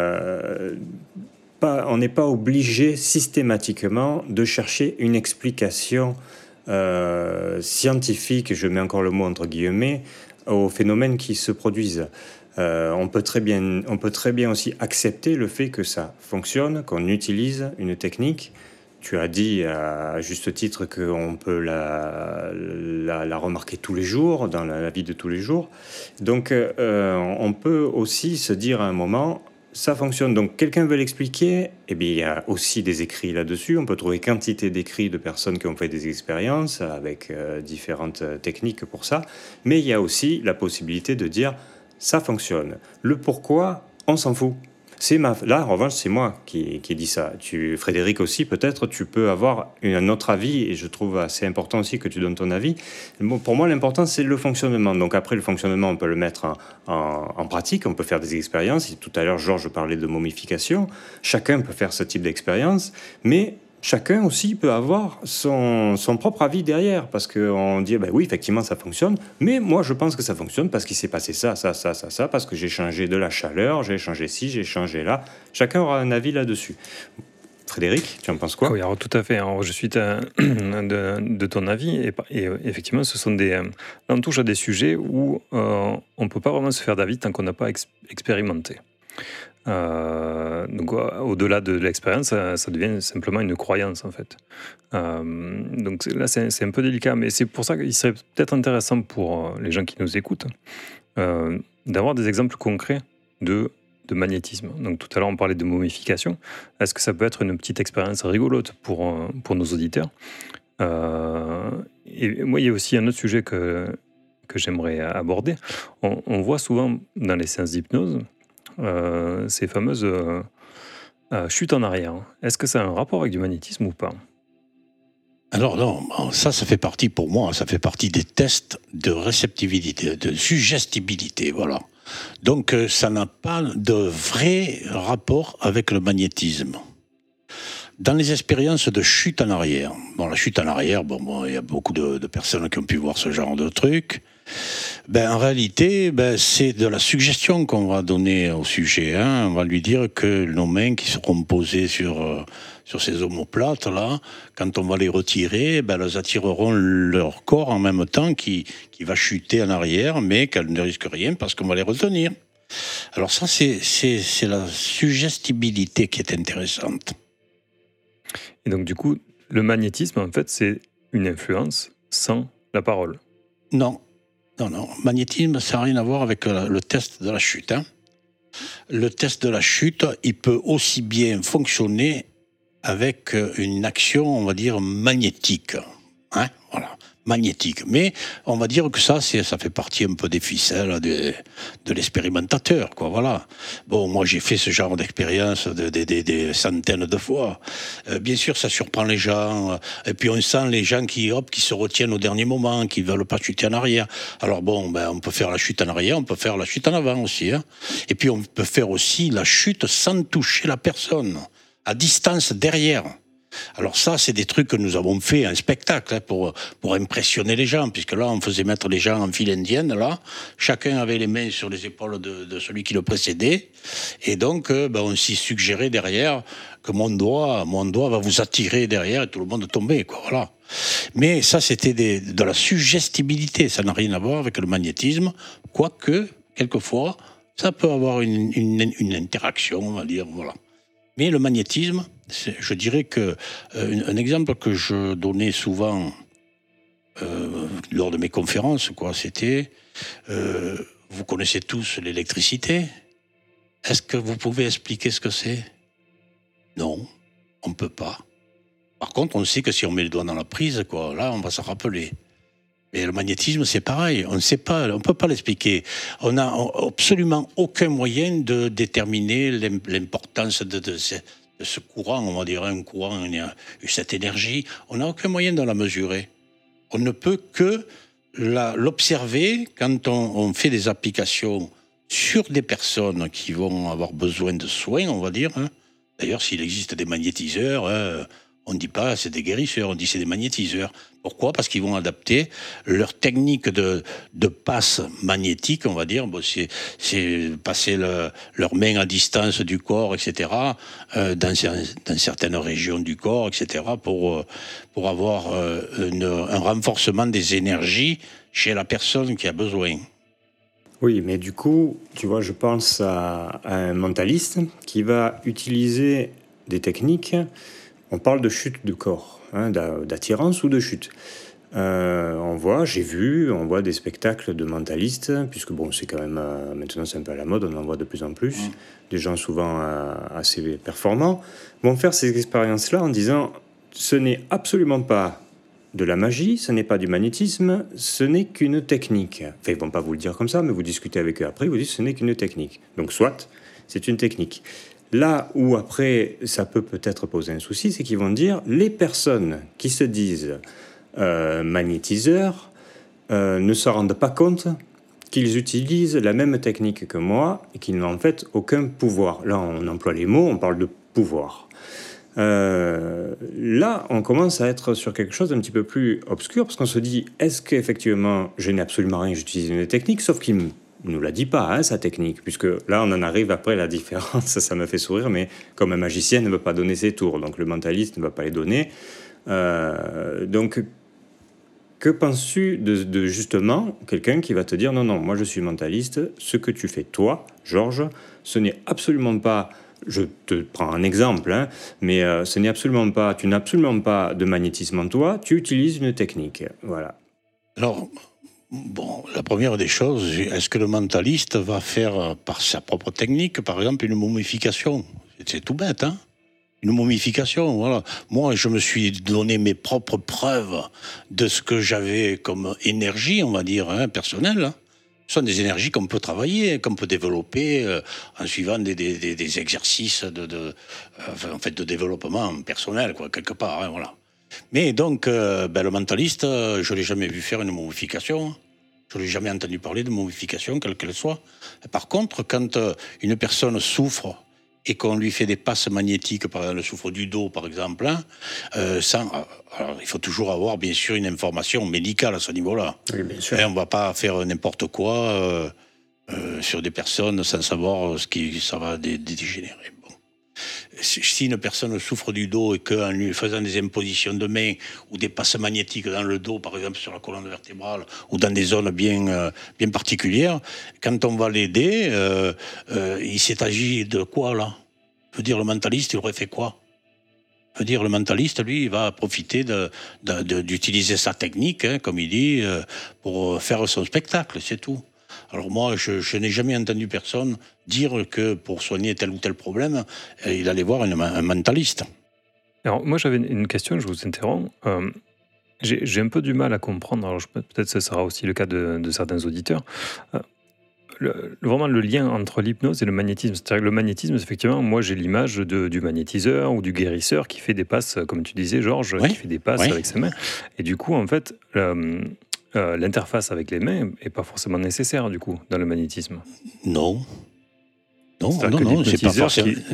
on n'est pas obligé systématiquement de chercher une explication scientifique, je mets encore le mot entre guillemets, aux phénomènes qui se produisent. On peut très bien aussi accepter le fait que ça fonctionne, qu'on utilise une technique. Tu as dit à juste titre qu'on peut la remarquer tous les jours, dans la vie de tous les jours. Donc, on peut aussi se dire à un moment, ça fonctionne. Donc, quelqu'un veut l'expliquer, eh bien, il y a aussi des écrits là-dessus. On peut trouver quantité d'écrits de personnes qui ont fait des expériences avec différentes techniques pour ça. Mais il y a aussi la possibilité de dire, ça fonctionne. Le pourquoi, on s'en fout. Là, en revanche, c'est moi qui dis ça. Frédéric aussi, peut-être, tu peux avoir un autre avis, et je trouve assez important aussi que tu donnes ton avis. Bon, pour moi, l'important, c'est le fonctionnement. Donc après, le fonctionnement, on peut le mettre en pratique, on peut faire des expériences. Et tout à l'heure, Georges parlait de momification. Chacun peut faire ce type d'expérience, mais chacun aussi peut avoir son propre avis derrière, parce qu'on dit, oui, effectivement, ça fonctionne, mais moi, je pense que ça fonctionne parce qu'il s'est passé ça, parce que j'ai changé de la chaleur, j'ai changé ci, j'ai changé là. Chacun aura un avis là-dessus. Frédéric, tu en penses quoi ? Oui, alors tout à fait. Alors, je suis de ton avis, et effectivement, ce sont on touche à des sujets où on ne peut pas vraiment se faire d'avis tant qu'on n'a pas expérimenté. Donc au-delà de l'expérience, ça devient simplement une croyance en fait. Donc là c'est un peu délicat, mais c'est pour ça qu'il serait peut-être intéressant pour les gens qui nous écoutent d'avoir des exemples concrets de magnétisme. Donc tout à l'heure on parlait de momification. Est-ce que ça peut être une petite expérience rigolote pour nos auditeurs ? Et moi il y a aussi un autre sujet que j'aimerais aborder. On voit souvent dans les séances d'hypnose ces fameuses chutes en arrière. Est-ce que ça a un rapport avec du magnétisme ou pas ? Alors non, ça fait partie pour moi, ça fait partie des tests de réceptivité, de suggestibilité, voilà. Donc ça n'a pas de vrai rapport avec le magnétisme. Dans les expériences de chute en arrière, la chute en arrière, il y a beaucoup de personnes qui ont pu voir ce genre de truc. En réalité, c'est de la suggestion qu'on va donner au sujet. On va lui dire que nos mains qui seront posées sur ces omoplates là, quand on va les retirer, elles attireront leur corps en même temps qui va chuter en arrière, mais qu'elles ne risquent rien parce qu'on va les retenir. Alors ça, c'est la suggestibilité qui est intéressante. Et donc du coup, le magnétisme, en fait, c'est une influence sans la parole. Non. Magnétisme, ça n'a rien à voir avec le test de la chute. Le test de la chute, il peut aussi bien fonctionner avec une action, on va dire, magnétique. Voilà, magnétique. Mais on va dire que ça fait partie un peu des ficelles de l'expérimentateur, quoi, voilà. Bon, moi j'ai fait ce genre d'expérience des centaines de fois. Bien sûr, ça surprend les gens. Et puis on sent les gens qui se retiennent au dernier moment, qui veulent pas chuter en arrière. Alors on peut faire la chute en arrière, on peut faire la chute en avant aussi. Et puis on peut faire aussi la chute sans toucher la personne, à distance derrière. Alors ça, c'est des trucs que nous avons fait, un spectacle, pour impressionner les gens, puisque là, on faisait mettre les gens en file indienne, là. Chacun avait les mains sur les épaules de celui qui le précédait. Et donc, on s'y suggérait derrière que mon doigt va vous attirer derrière et tout le monde tombait, quoi, voilà. Mais ça, c'était de la suggestibilité. Ça n'a rien à voir avec le magnétisme, quoique, quelquefois, ça peut avoir une interaction, on va dire, voilà. Mais le magnétisme, je dirais que un exemple que je donnais souvent lors de mes conférences, quoi, c'était, vous connaissez tous l'électricité. Est-ce que vous pouvez expliquer ce que c'est ? Non, on ne peut pas. Par contre, on sait que si on met le doigt dans la prise, quoi, là, on va s'en rappeler. Mais le magnétisme, c'est pareil. On ne sait pas, on ne peut pas l'expliquer. On n'a absolument aucun moyen de déterminer l'importance de ce courant, on va dire un courant, cette énergie. On n'a aucun moyen de la mesurer. On ne peut que l'observer quand on fait des applications sur des personnes qui vont avoir besoin de soins, on va dire. Hein. D'ailleurs, s'il existe des magnétiseurs, on ne dit pas c'est des guérisseurs, on dit c'est des magnétiseurs. Pourquoi ? Parce qu'ils vont adapter leur technique de passe magnétique, on va dire. Bon, c'est passer leur main à distance du corps, etc., dans certaines régions du corps, etc., pour avoir un renforcement des énergies chez la personne qui a besoin. Oui, mais du coup, tu vois, je pense à un mentaliste qui va utiliser des techniques. On parle de chute de corps, hein, d'attirance ou de chute. On voit des spectacles de mentalistes, puisque bon, c'est quand même, maintenant c'est un peu à la mode, on en voit de plus en plus. Des gens souvent assez performants vont faire ces expériences-là en disant ce n'est absolument pas de la magie, ce n'est pas du magnétisme, ce n'est qu'une technique. Enfin, ils ne vont pas vous le dire comme ça, mais vous discutez avec eux après, ils vous disent ce n'est qu'une technique. Donc soit, c'est une technique. Là où après, ça peut peut-être poser un souci, c'est qu'ils vont dire les personnes qui se disent magnétiseurs ne se rendent pas compte qu'ils utilisent la même technique que moi et qu'ils n'ont en fait aucun pouvoir. Là, on emploie les mots, on parle de pouvoir. Là, on commence à être sur quelque chose d'un petit peu plus obscur, parce qu'on se dit, est-ce qu'effectivement, je n'ai absolument rien, j'utilise une technique, sauf qu'il ne nous la dit pas, hein, sa technique, puisque là, on en arrive après la différence, ça me fait sourire, mais comme un magicien ne veut pas donner ses tours, donc le mentaliste ne va pas les donner. Donc, que penses-tu de justement quelqu'un qui va te dire, non, moi je suis mentaliste, ce que tu fais toi, Georges, ce n'est absolument pas... Je te prends un exemple, hein, mais tu n'as absolument pas de magnétisme en toi, tu utilises une technique. Voilà. Alors, bon, la première des choses, est-ce que le mentaliste va faire par sa propre technique, par exemple, une momification ? C'est tout bête, hein ? Une momification, voilà. Moi, je me suis donné mes propres preuves de ce que j'avais comme énergie, on va dire, hein, personnelle, hein. Ce sont des énergies qu'on peut travailler, qu'on peut développer en suivant des exercices de développement personnel, quoi, quelque part, hein, voilà. Mais donc, le mentaliste, je ne l'ai jamais vu faire une momification. Je ne l'ai jamais entendu parler de momification, quelle qu'elle soit. Par contre, quand une personne souffre et qu'on lui fait des passes magnétiques, par exemple, le souffre du dos, par exemple, hein, alors, il faut toujours avoir, bien sûr, une information médicale à ce niveau-là. Oui, bien sûr. Et on ne va pas faire n'importe quoi sur des personnes sans savoir ça va dégénérer. Bon. Si une personne souffre du dos et qu'en lui faisant des impositions de main ou des passes magnétiques dans le dos, par exemple, sur la colonne vertébrale, ou dans des zones bien particulières, quand on va l'aider, il s'est agi de quoi, là ? Je veux dire, le mentaliste, il aurait fait quoi ? Je veux dire, le mentaliste, lui, il va profiter d'utiliser sa technique, hein, comme il dit, pour faire son spectacle, c'est tout. Alors moi, je n'ai jamais entendu personne dire que pour soigner tel ou tel problème, il allait voir un mentaliste. Alors moi, j'avais une question, je vous interromps. J'ai un peu du mal à comprendre, alors peut-être que ce sera aussi le cas de certains auditeurs, vraiment le lien entre l'hypnose et le magnétisme. C'est-à-dire que le magnétisme, effectivement, moi j'ai l'image du magnétiseur ou du guérisseur qui fait des passes, comme tu disais Georges, qui fait des passes avec ses mains. Et du coup, en fait, l'interface avec les mains n'est pas forcément nécessaire, du coup, dans le magnétisme. Non, c'est pas forcément... Non, mais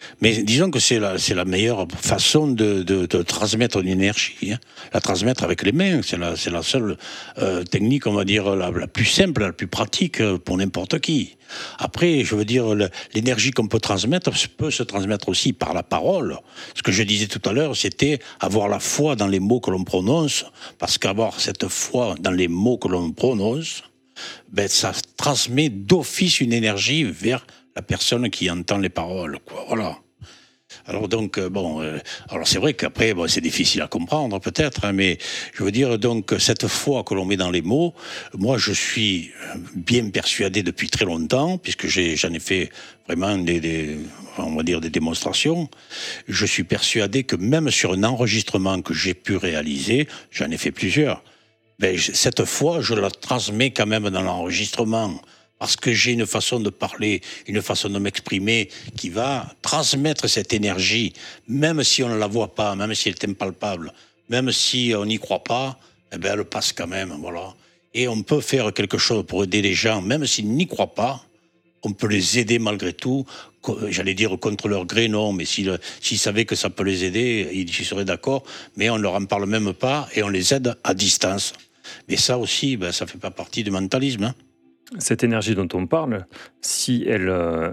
Mais disons que c'est la meilleure façon de transmettre une énergie. Hein. La transmettre avec les mains, c'est la seule technique, on va dire, la plus simple, la plus pratique pour n'importe qui. Après, je veux dire, l'énergie qu'on peut se transmettre aussi par la parole. Ce que je disais tout à l'heure, c'était avoir la foi dans les mots que l'on prononce, parce qu'avoir cette foi dans les mots que l'on prononce, ben, ça transmet d'office une énergie vers la personne qui entend les paroles, quoi. Voilà. Alors donc, alors c'est vrai qu'après, c'est difficile à comprendre peut-être, hein, mais je veux dire donc, cette foi que l'on met dans les mots, moi je suis bien persuadé depuis très longtemps, puisque j'en ai fait vraiment on va dire des démonstrations, je suis persuadé que même sur un enregistrement que j'ai pu réaliser, j'en ai fait plusieurs, cette foi, je la transmets quand même dans l'enregistrement. Parce que j'ai une façon de parler, une façon de m'exprimer qui va transmettre cette énergie, même si on ne la voit pas, même si elle est impalpable, même si on n'y croit pas, elle passe quand même, voilà. Et on peut faire quelque chose pour aider les gens, même s'ils n'y croient pas, on peut les aider malgré tout, j'allais dire contre leur gré, non, mais s'ils savaient que ça peut les aider, ils y seraient d'accord, mais on ne leur en parle même pas et on les aide à distance. Mais ça aussi, ça ne fait pas partie du mentalisme, hein. Cette énergie dont on parle, si elle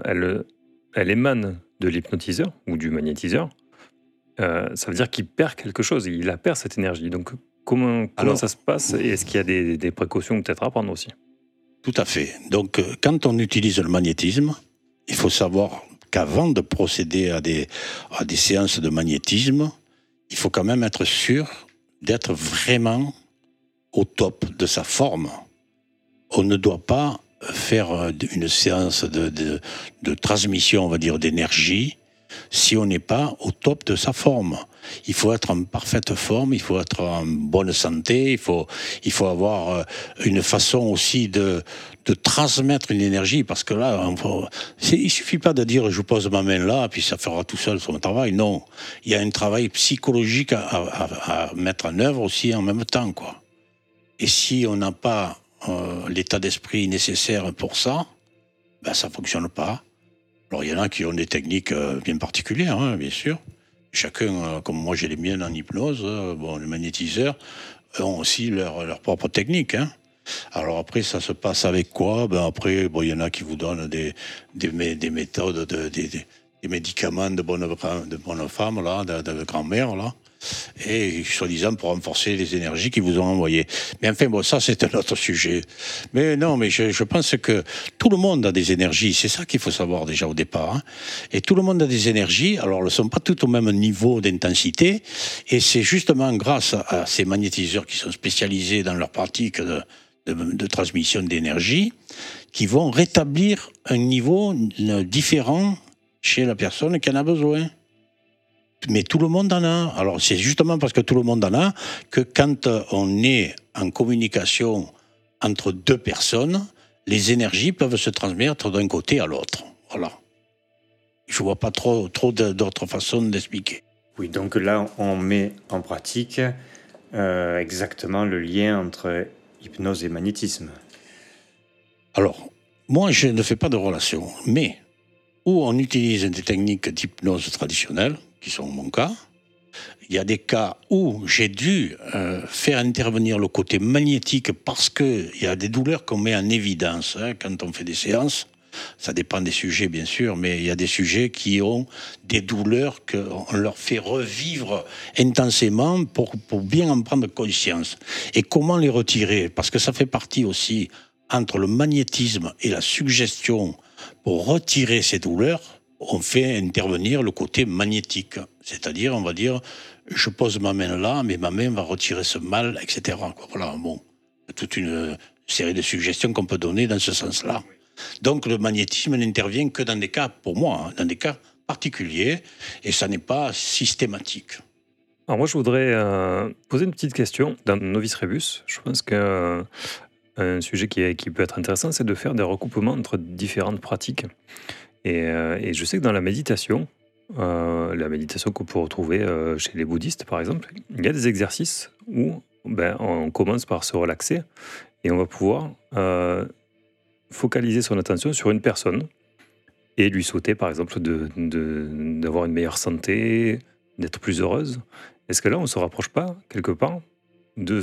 émane de l'hypnotiseur ou du magnétiseur, ça veut dire qu'il perd quelque chose, il la perd cette énergie. Donc comment ça se passe et est-ce qu'il y a des précautions peut-être à prendre aussi? Tout à fait. Donc quand on utilise le magnétisme, il faut savoir qu'avant de procéder à des séances de magnétisme, il faut quand même être sûr d'être vraiment au top de sa forme. On ne doit pas faire une séance de transmission, on va dire, d'énergie, si on n'est pas au top de sa forme. Il faut être en parfaite forme, il faut être en bonne santé, il faut avoir une façon aussi de transmettre une énergie, parce que là, il suffit pas de dire je pose ma main là, puis ça fera tout seul son travail. Non, il y a un travail psychologique à mettre en œuvre aussi en même temps, quoi. Et si on n'a pas l'état d'esprit nécessaire pour ça, ça ne fonctionne pas. Alors il y en a qui ont des techniques bien particulières, hein, bien sûr. Chacun, comme moi j'ai les miennes en hypnose, les magnétiseurs ont aussi leur propre technique, hein. Alors après, ça se passe avec quoi? Après, il y en a qui vous donnent des méthodes, des médicaments de bonne femme, là, de grand-mère, là. Et soi-disant pour renforcer les énergies qu'ils vous ont envoyées. Mais enfin, ça c'est un autre sujet. Mais non, mais je pense que tout le monde a des énergies, c'est ça qu'il faut savoir déjà au départ, hein. Et tout le monde a des énergies, alors elles ne sont pas toutes au même niveau d'intensité, et c'est justement grâce à ces magnétiseurs qui sont spécialisés dans leur pratique de transmission d'énergie, qui vont rétablir un niveau différent chez la personne qui en a besoin. Mais tout le monde en a. Alors c'est justement parce que tout le monde en a que quand on est en communication entre deux personnes, les énergies peuvent se transmettre d'un côté à l'autre. Voilà. Je ne vois pas trop d'autres façons d'expliquer. Oui, donc là, on met en pratique exactement le lien entre hypnose et magnétisme. Alors, moi, je ne fais pas de relation, mais où on utilise des techniques d'hypnose traditionnelle, qui sont mon cas. Il y a des cas où j'ai dû faire intervenir le côté magnétique parce qu'il y a des douleurs qu'on met en évidence, hein, quand on fait des séances. Ça dépend des sujets, bien sûr, mais il y a des sujets qui ont des douleurs qu'on leur fait revivre intensément pour bien en prendre conscience. Et comment les retirer? Parce que ça fait partie aussi, entre le magnétisme et la suggestion, pour retirer ces douleurs, on fait intervenir le côté magnétique. C'est-à-dire, on va dire, je pose ma main là, mais ma main va retirer ce mal, etc. Voilà, toute une série de suggestions qu'on peut donner dans ce sens-là. Donc, le magnétisme n'intervient que dans des cas, pour moi, dans des cas particuliers, et ça n'est pas systématique. Alors moi, je voudrais poser une petite question d'un novice rébus. Je pense qu'un sujet qui peut être intéressant, c'est de faire des recoupements entre différentes pratiques. Et je sais que dans la méditation qu'on peut retrouver chez les bouddhistes par exemple, il y a des exercices où on commence par se relaxer et on va pouvoir focaliser son attention sur une personne et lui souhaiter, par exemple, d'avoir une meilleure santé, d'être plus heureuse. Est-ce que là, on ne se rapproche pas, quelque part, de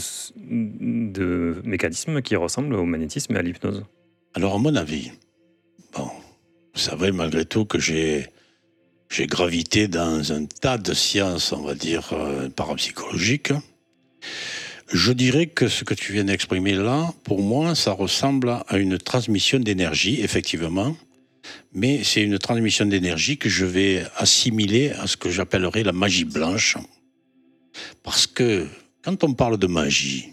mécanismes qui ressemblent au magnétisme et à l'hypnose? Alors, à mon avis, bon, vous savez malgré tout que j'ai gravité dans un tas de sciences, on va dire, parapsychologiques. Je dirais que ce que tu viens d'exprimer là, pour moi, ça ressemble à une transmission d'énergie, effectivement. Mais c'est une transmission d'énergie que je vais assimiler à ce que j'appellerais la magie blanche. Parce que quand on parle de magie,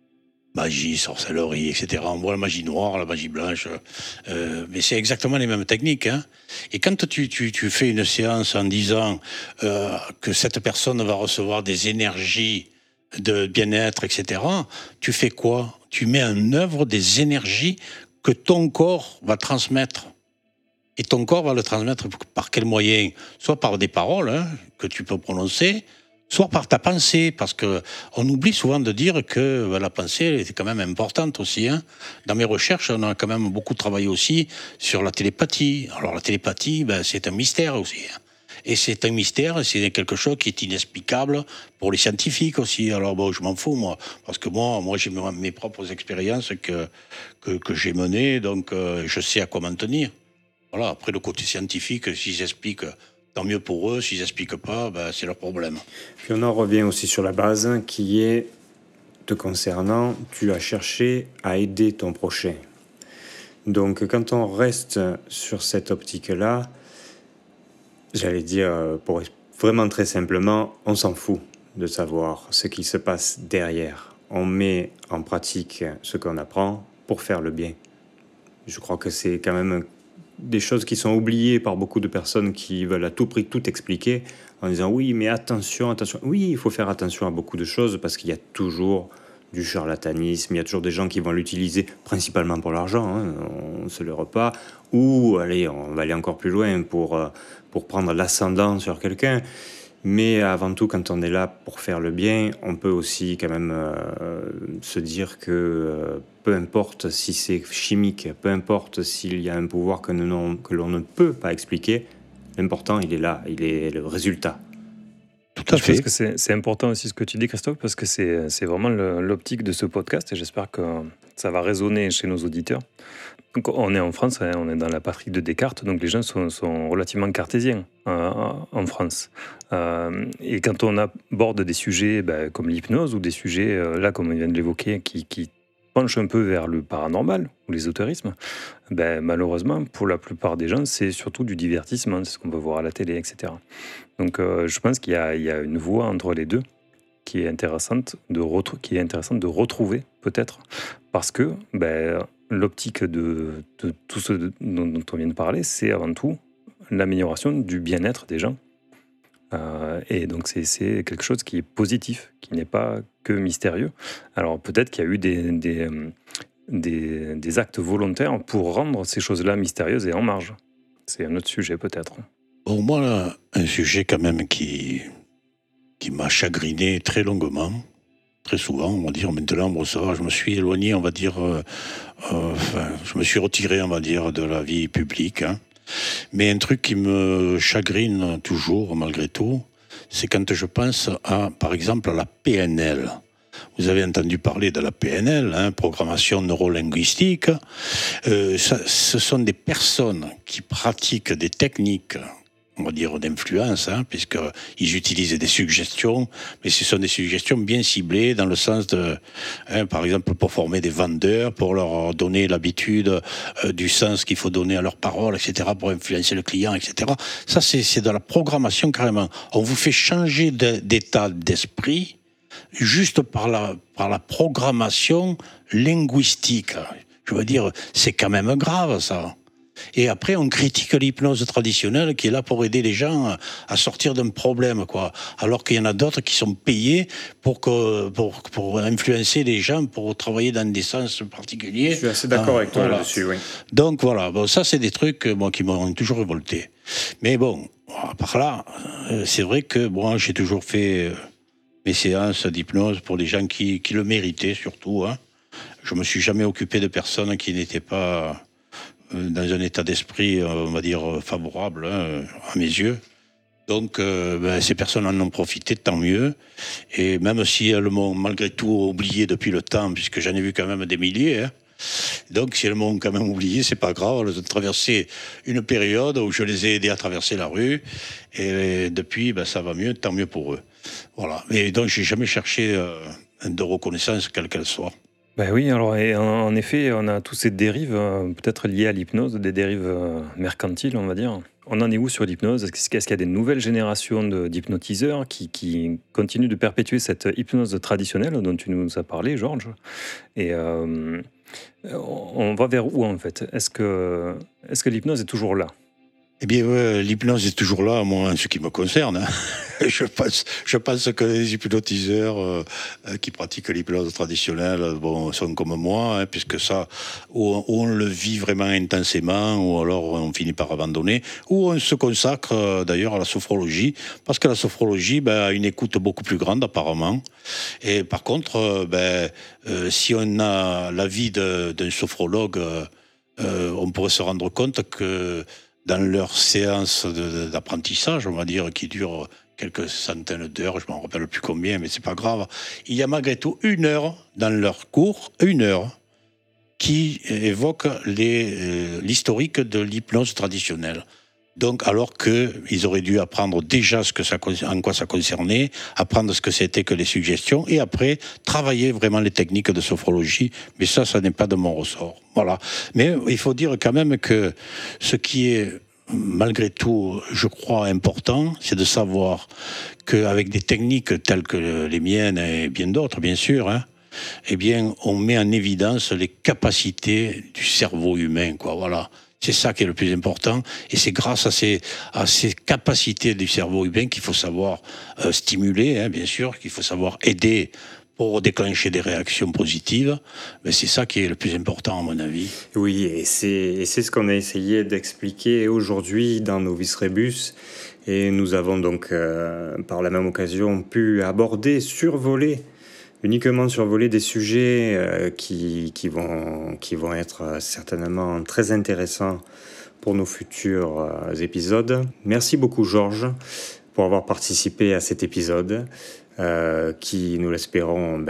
sorcellerie, etc., on voit la magie noire, la magie blanche, mais c'est exactement les mêmes techniques. Hein. Et quand tu fais une séance en disant que cette personne va recevoir des énergies de bien-être, etc., tu fais quoi? Tu mets en œuvre des énergies que ton corps va transmettre. Et ton corps va le transmettre par quel moyen? Soit par des paroles que tu peux prononcer, soit par ta pensée, parce qu'on oublie souvent de dire que la pensée est quand même importante aussi. Hein. Dans mes recherches, on a quand même beaucoup travaillé aussi sur la télépathie. Alors la télépathie, c'est un mystère aussi. Hein. Et c'est un mystère, c'est quelque chose qui est inexplicable pour les scientifiques aussi. Alors bon, je m'en fous, moi, parce que moi j'ai mes propres expériences que j'ai menées, donc je sais à quoi m'en tenir. Voilà, après le côté scientifique, s'ils expliquent, tant mieux pour eux. S'ils n'expliquent pas, c'est leur problème. Puis on en revient aussi sur la base qui est, te concernant, tu as cherché à aider ton prochain. Donc quand on reste sur cette optique-là, j'allais dire, pour vraiment très simplement, on s'en fout de savoir ce qui se passe derrière. On met en pratique ce qu'on apprend pour faire le bien. Je crois que c'est quand même des choses qui sont oubliées par beaucoup de personnes qui veulent à tout prix tout expliquer en disant oui, mais attention. Oui, il faut faire attention à beaucoup de choses parce qu'il y a toujours du charlatanisme, il y a toujours des gens qui vont l'utiliser principalement pour l'argent, hein, on ne se leurre pas, ou allez, on va aller encore plus loin pour prendre l'ascendant sur quelqu'un. Mais avant tout, quand on est là pour faire le bien, on peut aussi quand même se dire que peu importe si c'est chimique, peu importe s'il y a un pouvoir que l'on ne peut pas expliquer, l'important, il est là, il est le résultat. Tout à fait. Je pense que c'est important aussi ce que tu dis, Christophe, parce que c'est vraiment l'optique de ce podcast et j'espère que ça va résonner chez nos auditeurs. Donc, on est en France, on est dans la patrie de Descartes, donc les gens sont relativement cartésiens en France. Et quand on aborde des sujets comme l'hypnose ou des sujets, là, comme on vient de l'évoquer, qui penchent un peu vers le paranormal ou l'ésotérisme, malheureusement, pour la plupart des gens, c'est surtout du divertissement, c'est ce qu'on peut voir à la télé, etc. Donc je pense qu'il y a une voie entre les deux qui est intéressante de retrouver, peut-être, parce que l'optique de tout ce dont on vient de parler, c'est avant tout l'amélioration du bien-être des gens. Et donc c'est quelque chose qui est positif, qui n'est pas que mystérieux. Alors peut-être qu'il y a eu des actes volontaires pour rendre ces choses-là mystérieuses et en marge. C'est un autre sujet peut-être. Pour moi, un sujet quand même qui m'a chagriné très longuement, très souvent, on va dire. Maintenant, bon, ça va, je me suis éloigné, on va dire, je me suis retiré, on va dire, de la vie publique. Hein. Mais un truc qui me chagrine toujours, malgré tout, c'est quand je pense par exemple, à la PNL. Vous avez entendu parler de la PNL, hein, programmation neurolinguistique. Ce sont des personnes qui pratiquent des techniques, on va dire, d'influence, hein, puisqu'ils utilisent des suggestions, mais ce sont des suggestions bien ciblées dans le sens de, par exemple, pour former des vendeurs, pour leur donner l'habitude du sens qu'il faut donner à leurs paroles, etc., pour influencer le client, etc. Ça, c'est de la programmation carrément. On vous fait changer d'état d'esprit juste par la programmation linguistique. Je veux dire, c'est quand même grave, ça. Et après, on critique l'hypnose traditionnelle qui est là pour aider les gens à sortir d'un problème, quoi. Alors qu'il y en a d'autres qui sont payés pour influencer les gens, pour travailler dans des sens particuliers. Je suis assez d'accord avec toi là-dessus, oui. Donc voilà, bon, ça c'est des trucs qui m'ont toujours révolté. Mais bon, à part là, c'est vrai que moi j'ai toujours fait mes séances d'hypnose pour les gens qui le méritaient surtout. Hein. Je me suis jamais occupé de personnes qui n'étaient pas dans un état d'esprit, on va dire, favorable à mes yeux. Donc, ces personnes en ont profité, tant mieux. Et même si elles m'ont malgré tout oublié depuis le temps, puisque j'en ai vu quand même des milliers, donc si elles m'ont quand même oublié, c'est pas grave. Elles ont traversé une période où je les ai aidés à traverser la rue. Et depuis, ça va mieux, tant mieux pour eux. Voilà. Et donc, j'ai jamais cherché de reconnaissance, quelle qu'elle soit. Ben oui, alors et en effet, on a toutes ces dérives, peut-être liées à l'hypnose, des dérives mercantiles, on va dire. On en est où sur l'hypnose ? Est-ce qu'il y a des nouvelles générations d'hypnotiseurs qui continuent de perpétuer cette hypnose traditionnelle dont tu nous as parlé, Georges ? Et on va vers où, en fait ? Est-ce que l'hypnose est toujours là ? Eh bien, l'hypnose est toujours là, moi, en ce qui me concerne. Je pense que les hypnotiseurs qui pratiquent l'hypnose traditionnelle sont comme moi, puisque ça, ou on le vit vraiment intensément, ou alors on finit par abandonner, ou on se consacre d'ailleurs à la sophrologie, parce que la sophrologie a une écoute beaucoup plus grande apparemment. Et par contre, si on a l'avis d'un sophrologue, on pourrait se rendre compte que dans leur séance d'apprentissage, on va dire, qui dure quelques centaines d'heures, je ne m'en rappelle plus combien, mais c'est pas grave, il y a malgré tout 1 heure dans leur cours, 1 heure, qui évoque l'historique de l'hypnose traditionnelle. Donc, alors qu'ils auraient dû apprendre déjà en quoi ça concernait, apprendre ce que c'était que les suggestions, et après, travailler vraiment les techniques de sophrologie. Mais ça n'est pas de mon ressort. Voilà. Mais il faut dire quand même que ce qui est, malgré tout, je crois, important, c'est de savoir qu'avec des techniques telles que les miennes et bien d'autres, bien sûr, eh bien, on met en évidence les capacités du cerveau humain, quoi. Voilà. C'est ça qui est le plus important, et c'est grâce à ces capacités du cerveau humain qu'il faut savoir stimuler, bien sûr, qu'il faut savoir aider pour déclencher des réactions positives. Mais c'est ça qui est le plus important, à mon avis. Oui, et c'est ce qu'on a essayé d'expliquer aujourd'hui dans Novice Rebus. Et nous avons donc, par la même occasion, pu uniquement survoler des sujets qui vont être certainement très intéressants pour nos futurs épisodes. Merci beaucoup, Georges, pour avoir participé à cet épisode qui, nous l'espérons,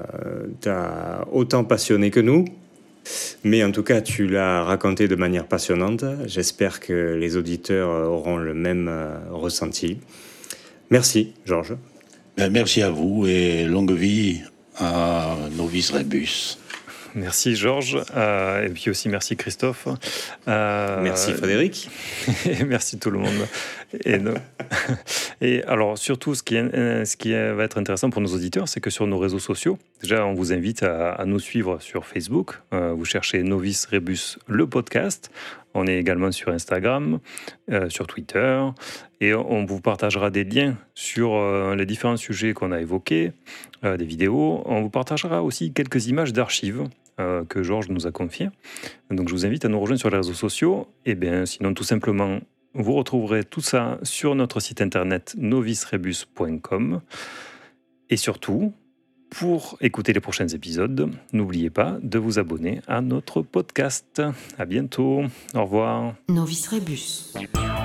t'a autant passionné que nous. Mais en tout cas, tu l'as raconté de manière passionnante. J'espère que les auditeurs auront le même ressenti. Merci, Georges. Merci à vous et longue vie à Novice Rebus. Merci Georges, et puis aussi merci Christophe. Merci Frédéric. Et merci tout le monde. Et alors surtout, ce qui va être intéressant pour nos auditeurs, c'est que sur nos réseaux sociaux, déjà on vous invite à nous suivre sur Facebook. Vous cherchez Novice Rebus le podcast. On est également sur Instagram, sur Twitter, et on vous partagera des liens sur les différents sujets qu'on a évoqués, des vidéos. On vous partagera aussi quelques images d'archives que Georges nous a confiées. Donc je vous invite à nous rejoindre sur les réseaux sociaux. Et bien sinon, tout simplement, vous retrouverez tout ça sur notre site internet novicerebus.com. Et surtout, pour écouter les prochains épisodes, n'oubliez pas de vous abonner à notre podcast. À bientôt. Au revoir. Novice Rebus.